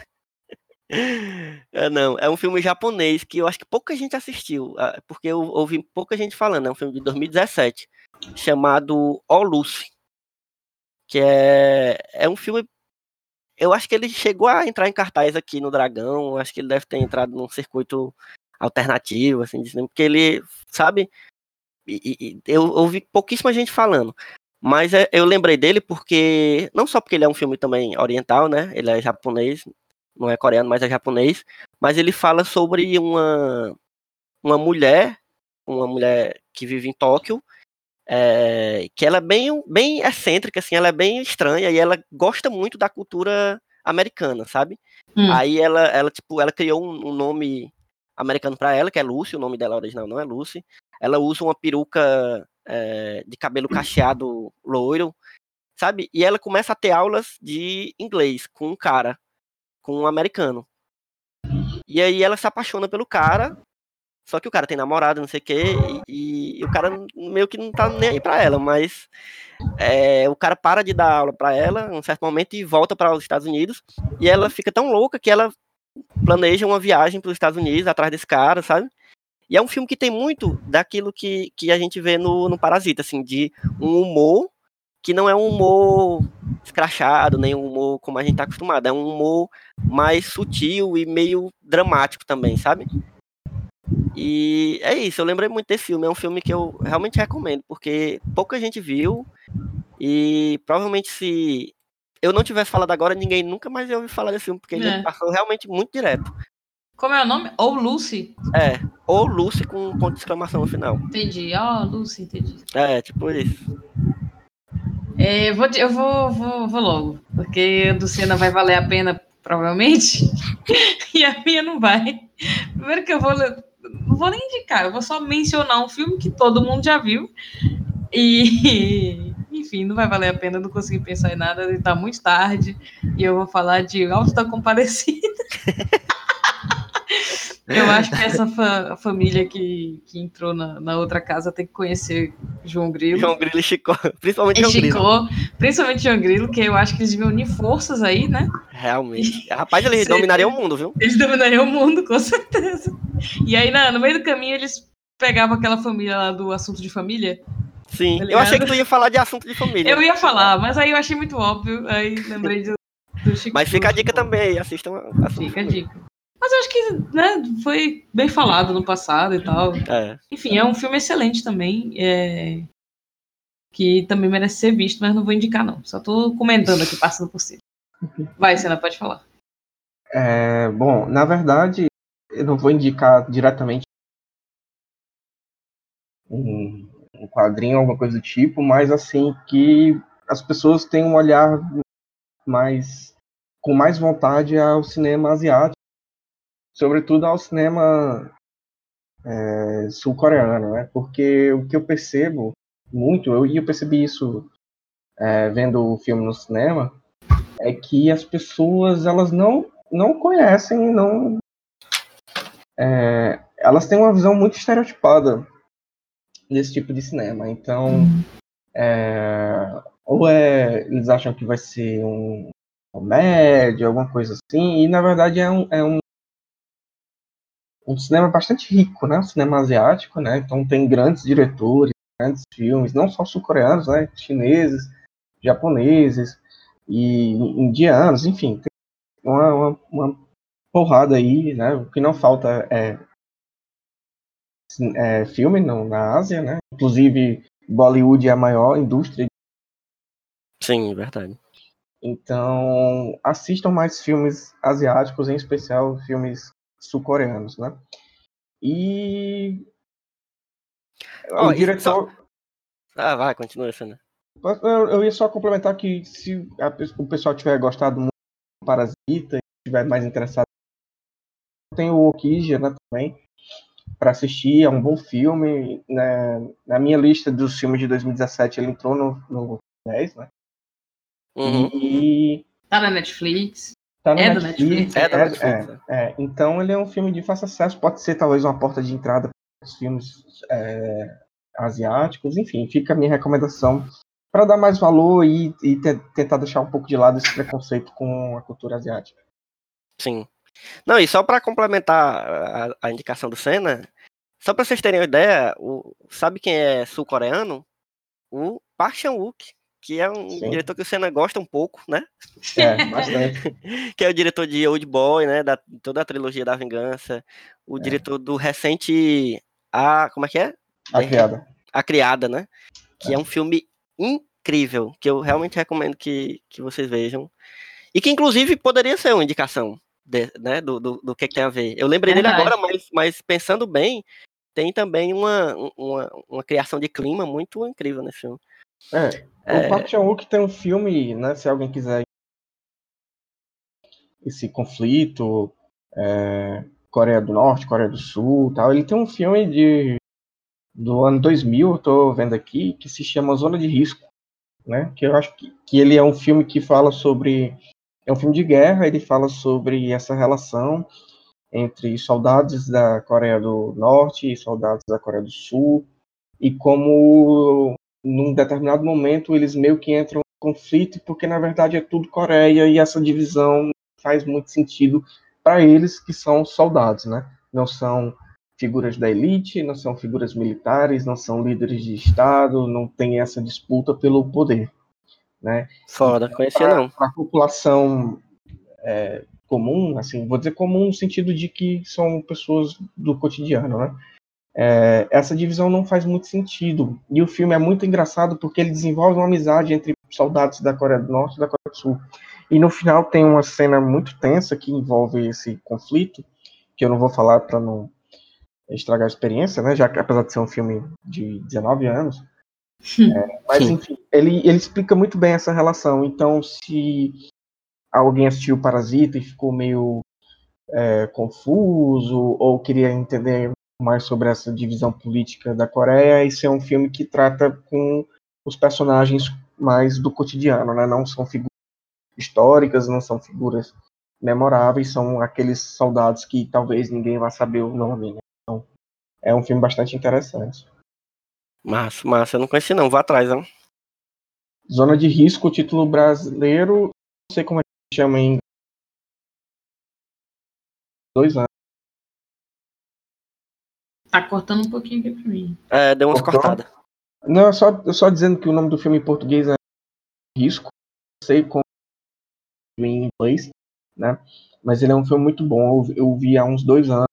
B: É, não, é um filme japonês que eu acho que pouca gente assistiu, porque eu ouvi pouca gente falando. É um filme de dois mil e dezessete, chamado O Lucy, que é, é um filme... Eu acho que ele chegou a entrar em cartaz aqui no Dragão, acho que ele deve ter entrado num circuito alternativo, assim, porque ele, sabe, e, e, eu ouvi pouquíssima gente falando, mas é, eu lembrei dele porque, não só porque ele é um filme também oriental, né, ele é japonês, não é coreano, mas é japonês, mas ele fala sobre uma, uma mulher, uma mulher que vive em Tóquio, é, que ela é bem, bem excêntrica, assim, ela é bem estranha e ela gosta muito da cultura americana, sabe?
D: Hum.
B: Aí ela, ela, tipo, ela criou um, um nome americano pra ela, que é Lucy, o nome dela original não é Lucy. Ela usa uma peruca é, de cabelo cacheado loiro, sabe? E ela começa a ter aulas de inglês com um cara, com um americano. E aí ela se apaixona pelo cara, só que o cara tem namorada, não sei o quê, e, e o cara meio que não tá nem aí pra ela, mas é, o cara para de dar aula pra ela em um certo momento e volta para os Estados Unidos, e ela fica tão louca que ela planeja uma viagem para os Estados Unidos atrás desse cara, sabe? E é um filme que tem muito daquilo que, que a gente vê no, no Parasita, assim, de um humor que não é um humor escrachado, nem um humor como a gente tá acostumado, é um humor mais sutil e meio dramático também, sabe? E é isso, eu lembrei muito desse filme, é um filme que eu realmente recomendo, porque pouca gente viu, e provavelmente se eu não tivesse falado agora, ninguém nunca mais ia ouvir falar desse filme, porque ele
D: É.
B: passou realmente muito direto.
D: Como é o nome? Ou Lucy?
B: É, ou Lucy com um ponto de exclamação no final.
D: Entendi. Ó, oh, Lucy, entendi.
B: É, tipo isso.
D: É, eu vou, eu vou, vou, vou logo, porque a do Senna vai valer a pena, provavelmente, e a minha não vai. Primeiro que eu vou... Não vou nem indicar, eu vou só mencionar um filme que todo mundo já viu, e... Enfim, não vai valer a pena, eu não consegui pensar em nada, está muito tarde, e eu vou falar de Alto da Compadecida. Eu acho que essa fa família que, que entrou na, na outra casa tem que conhecer João Grilo.
B: João Grilo e Chicó, principalmente
D: e
B: João Grilo.
D: Chicó, principalmente João Grilo, que eu acho que eles deviam unir forças aí, né?
B: Realmente. Rapaz, eles dominariam o mundo, viu?
D: Eles dominariam o mundo, com certeza. E aí, na, no meio do caminho, eles pegavam aquela família lá do Assunto de Família.
B: Sim,
D: tá
B: eu achei que tu ia falar de Assunto de Família.
D: Eu ia falar, mas aí eu achei muito óbvio, aí lembrei do, do Chico.
B: Mas fica a dica também, assistam Assunto
D: Fica a
B: de Família.
D: dica. Mas eu acho que, né, foi bem falado no passado e tal.
B: É.
D: Enfim, é um filme excelente também, é... que também merece ser visto, mas não vou indicar não. Só tô comentando aqui, passando por cima. Vai, Senna, pode falar.
C: É, bom, na verdade, eu não vou indicar diretamente um, um quadrinho, alguma coisa do tipo, mas assim, que as pessoas têm um olhar mais com mais vontade ao cinema asiático, sobretudo ao cinema é, sul-coreano, né? Porque o que eu percebo muito, eu, e eu percebi isso é, vendo o filme no cinema, é que as pessoas elas não, não conhecem, não, é, elas têm uma visão muito estereotipada desse tipo de cinema. Então, é, ou é, eles acham que vai ser um comédia, alguma coisa assim, e na verdade é um, é um um cinema bastante rico, né? Um cinema asiático, né? Então tem grandes diretores, grandes filmes, não só sul-coreanos, né? Chineses, japoneses e indianos, enfim, tem uma, uma, uma porrada aí, né? O que não falta é, é filme no, na Ásia, né? Inclusive Bollywood é a maior indústria.
B: Sim, verdade.
C: Então, assistam mais filmes asiáticos, em especial filmes sul-coreanos, né? E
B: Ó,
C: o
B: e só...
C: diretor...
B: Ah, vai, continua essa, né?
C: Eu, eu ia só complementar que se a, o pessoal tiver gostado muito do Parasita e estiver mais interessado, tem o Okja, né, também, para assistir, é um bom filme. Né? Na minha lista dos filmes de dois mil e dezessete, ele entrou no, no dez, né?
B: Uhum.
C: E
D: Tá na Netflix.
C: tá no
D: É do
C: Netflix.
D: Netflix?
B: É da
C: É,
B: Netflix, né?
C: é, é. Então ele é um filme de fácil acesso, pode ser talvez uma porta de entrada para os filmes é, asiáticos, enfim, fica a minha recomendação para dar mais valor e, e te, tentar deixar um pouco de lado esse preconceito com a cultura asiática.
B: Sim. Não, e só para complementar a, a indicação do Senna, só para vocês terem uma ideia, o, sabe quem é sul-coreano? O Park Chan-wook, que é um
C: Sim.
B: diretor que o Senna gosta um pouco, né?
C: É, bastante.
B: Que é o diretor de Old Boy, né? Da, toda a trilogia da Vingança. O é. diretor do recente... A, como é que é?
C: A Criada.
B: A Criada, né? Que é, é um filme incrível, que eu realmente recomendo que, que vocês vejam. E que, inclusive, poderia ser uma indicação de, né, do, do, do que, que tem a ver. Eu lembrei Verdade. dele agora, mas, mas pensando bem, tem também uma, uma, uma criação de clima muito incrível nesse filme.
C: É, é... o Park Chan-wook tem um filme, né, se alguém quiser esse conflito, é, Coreia do Norte, Coreia do Sul, tal, ele tem um filme de, do ano dois mil, eu tô vendo aqui, que se chama Zona de Risco, né, que eu acho que, que ele é um filme que fala sobre, é um filme de guerra, ele fala sobre essa relação entre soldados da Coreia do Norte e soldados da Coreia do Sul, e como num determinado momento eles meio que entram em conflito, porque na verdade é tudo Coreia, e essa divisão faz muito sentido para eles que são soldados, né? Não são figuras da elite, não são figuras militares, não são líderes de Estado, não tem essa disputa pelo poder, né?
B: Foda,
C: então,
B: conhecia não.
C: Para a população é, comum, assim, vou dizer comum no sentido de que são pessoas do cotidiano, né? É, essa divisão não faz muito sentido. E o filme é muito engraçado porque ele desenvolve uma amizade entre soldados da Coreia do Norte e da Coreia do Sul. E no final tem uma cena muito tensa que envolve esse conflito, que eu não vou falar para não estragar a experiência, né? Já que apesar de ser um filme de dezenove anos. É, mas enfim, ele, ele explica muito bem essa relação. Então, se alguém assistiu Parasita e ficou meio é, confuso ou queria entender mais sobre essa divisão política da Coreia, esse é um filme que trata com os personagens mais do cotidiano, né? Não são figuras históricas, não são figuras memoráveis, são aqueles soldados que talvez ninguém vá saber o nome, né? Então, é um filme bastante interessante.
B: Massa, massa, eu não conheci não, vou atrás, não.
C: Zona de Risco, título brasileiro, não sei como é que chama em dois anos.
D: Tá cortando um pouquinho aqui pra mim.
B: É, deu umas
C: Cortou?
B: cortadas.
C: Não, é só, só dizendo que o nome do filme em português é Risco, não sei como em inglês, né? Mas ele é um filme muito bom, eu, eu vi há uns dois anos.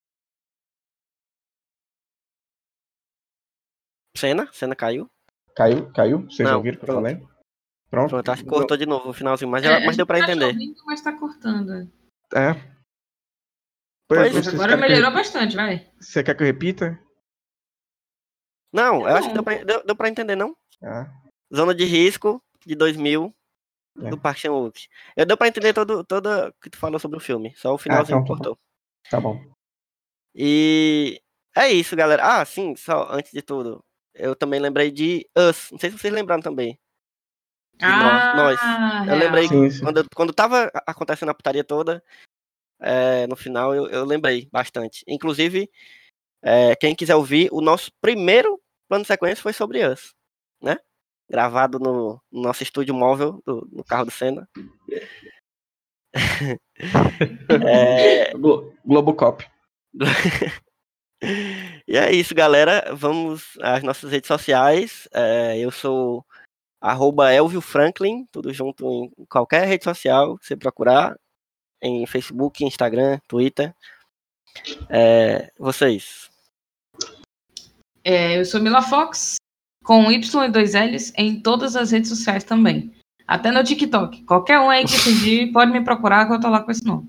B: Cena? Cena caiu?
C: Caiu? Caiu? Vocês
B: Não,
C: ouviram o que eu
B: pronto.
C: falei? Pronto.
B: Pronto, acho que cortou de novo o finalzinho, mas,
D: É,
B: mas deu pra
D: tá
B: entender.
D: chovendo, mas tá cortando.
C: É.
B: Pois,
D: Mas agora melhorou eu... bastante, vai.
C: Você quer que eu repita?
B: Não,
D: Tá
B: eu
D: bom.
B: acho que deu pra, deu, deu pra entender, não?
C: Ah.
B: Zona de Risco, de dois mil, é. do Park Chan-wook. Eu deu pra entender todo, todo o que tu falou sobre o filme, só o finalzinho
C: ah, então,
B: cortou.
C: Tá bom.
B: E é isso, galera. Ah, sim, só antes de tudo, eu também lembrei de Us. Não sei se vocês lembraram também. De
D: ah,
B: nós. nós. Eu lembrei,
C: sim, sim.
B: Quando, quando tava acontecendo a putaria toda, é, no final eu, eu lembrei bastante. Inclusive, é, quem quiser ouvir, o nosso primeiro plano de sequência foi sobre Us, né? Gravado no, no nosso estúdio móvel, do, no carro do Senna. é...
C: Globocop.
B: E é isso, galera. Vamos às nossas redes sociais. É, eu sou arroba Elvio Franklin, tudo junto em qualquer rede social que você procurar, em Facebook, Instagram, Twitter. É, vocês?
D: É, eu sou Mila Fox, com Y e dois L's em todas as redes sociais também. Até no TikTok. Qualquer um aí que pedir, pode me procurar que eu tô lá com esse nome.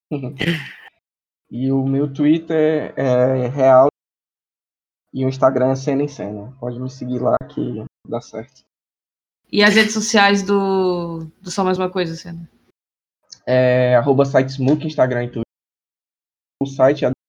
C: E o meu Twitter é real e o Instagram é cena em cena. Pode me seguir lá que dá certo.
D: E as redes sociais do, do Só Mais Uma Coisa, Cena?
C: É arroba sitesmook, Instagram e Twitter. O site é...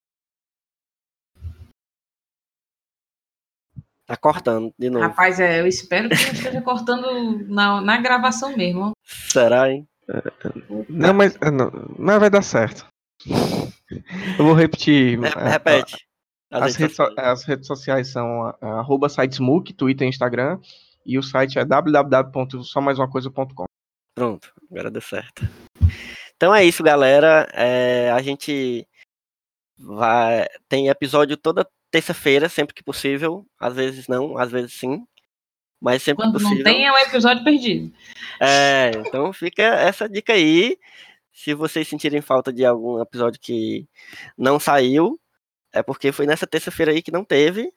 B: Tá cortando de novo.
D: Rapaz, é, eu espero que não esteja cortando na, na gravação mesmo.
B: Será, hein?
C: Não, mas não, mas vai dar certo. Eu vou repetir.
B: Re- Repete.
C: As,
B: As
C: redes,
B: redes
C: so-
B: sociais.
C: as redes sociais são a- a arroba sitesmook, Twitter e Instagram. E o site é w w w ponto só mais uma coisa ponto com.
B: Pronto, agora deu certo. Então é isso, galera. É, a gente vai tem episódio toda terça-feira, sempre que possível. Às vezes não, às vezes sim. Mas sempre que
D: Quando não
B: possível.
D: tem, é um episódio perdido.
B: É, então fica essa dica aí. Se vocês sentirem falta de algum episódio que não saiu, é porque foi nessa terça-feira aí que não teve.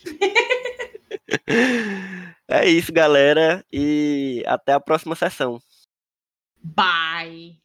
B: É isso, galera. E até a próxima sessão.
D: Bye!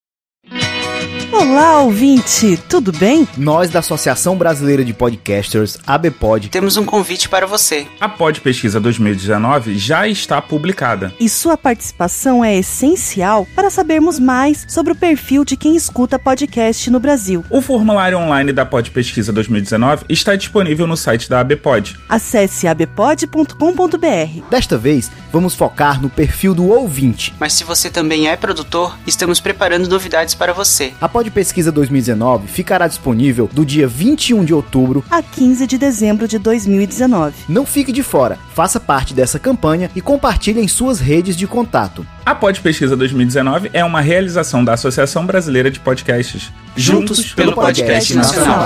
E: Olá, ouvinte, tudo bem?
F: Nós da Associação Brasileira de Podcasters, ABPod,
G: Temos um convite para você.
H: A Pod Pesquisa dois mil e dezenove já está publicada.
E: E sua participação é essencial para sabermos mais sobre o perfil de quem escuta podcast no Brasil.
H: O formulário online da Pod Pesquisa dois mil e dezenove está disponível no site da ABPod.
E: Acesse a b pod ponto com ponto b r.
F: Desta vez, vamos focar no perfil do ouvinte.
G: Mas se você também é produtor, estamos preparando novidades para você.
F: A Pod Pesquisa dois mil e dezenove ficará disponível do dia vinte e um de outubro
E: A quinze de dezembro de dois mil e dezenove.
F: Não fique de fora, faça parte dessa campanha e compartilhe em suas redes de contato.
H: A Pod Pesquisa dois mil e dezenove é uma realização da Associação Brasileira de Podcasts.
G: Juntos pelo podcast nacional.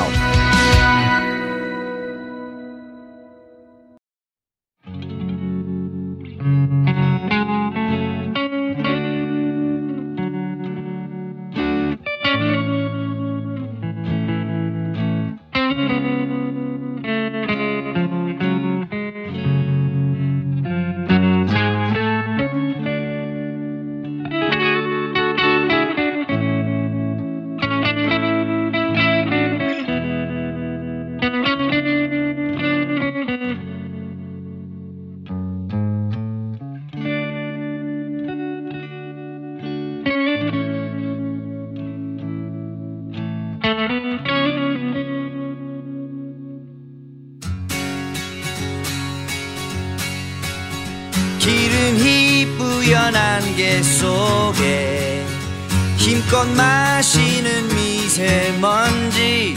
I: 기름이 뿌연한 게 속에 힘껏 마시는 미세먼지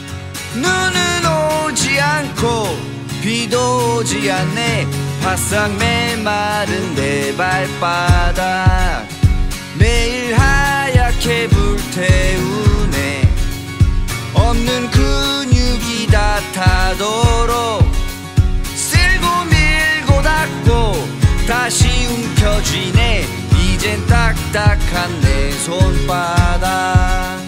I: 눈은 오지 않고 비도 오지 않네 바싹 메마른 내 발바닥 매일 하얗게 불태우네 없는 근육이 다 타도록 쓸고 밀고 닦고 다시 움켜쥐네 이젠 딱딱한 내 손바닥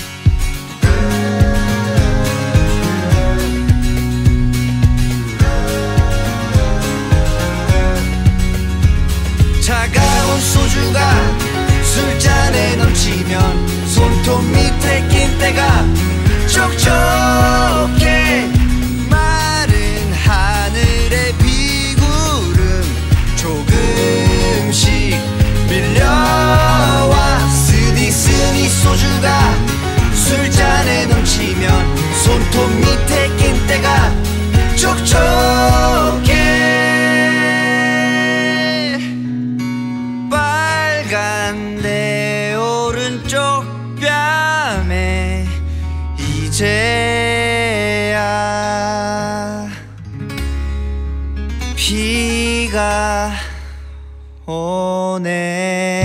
I: 차가운 소주가 술잔에 넘치면 손톱 밑에 낀 때가 촉촉해 마른 하늘의 비구름 조금씩 밀려와 스디스니 소주가 술잔에 넘치면 손톱 밑에 낀 때가 촉촉해 빨간 내 오른쪽 뺨에 이제야 비가 오네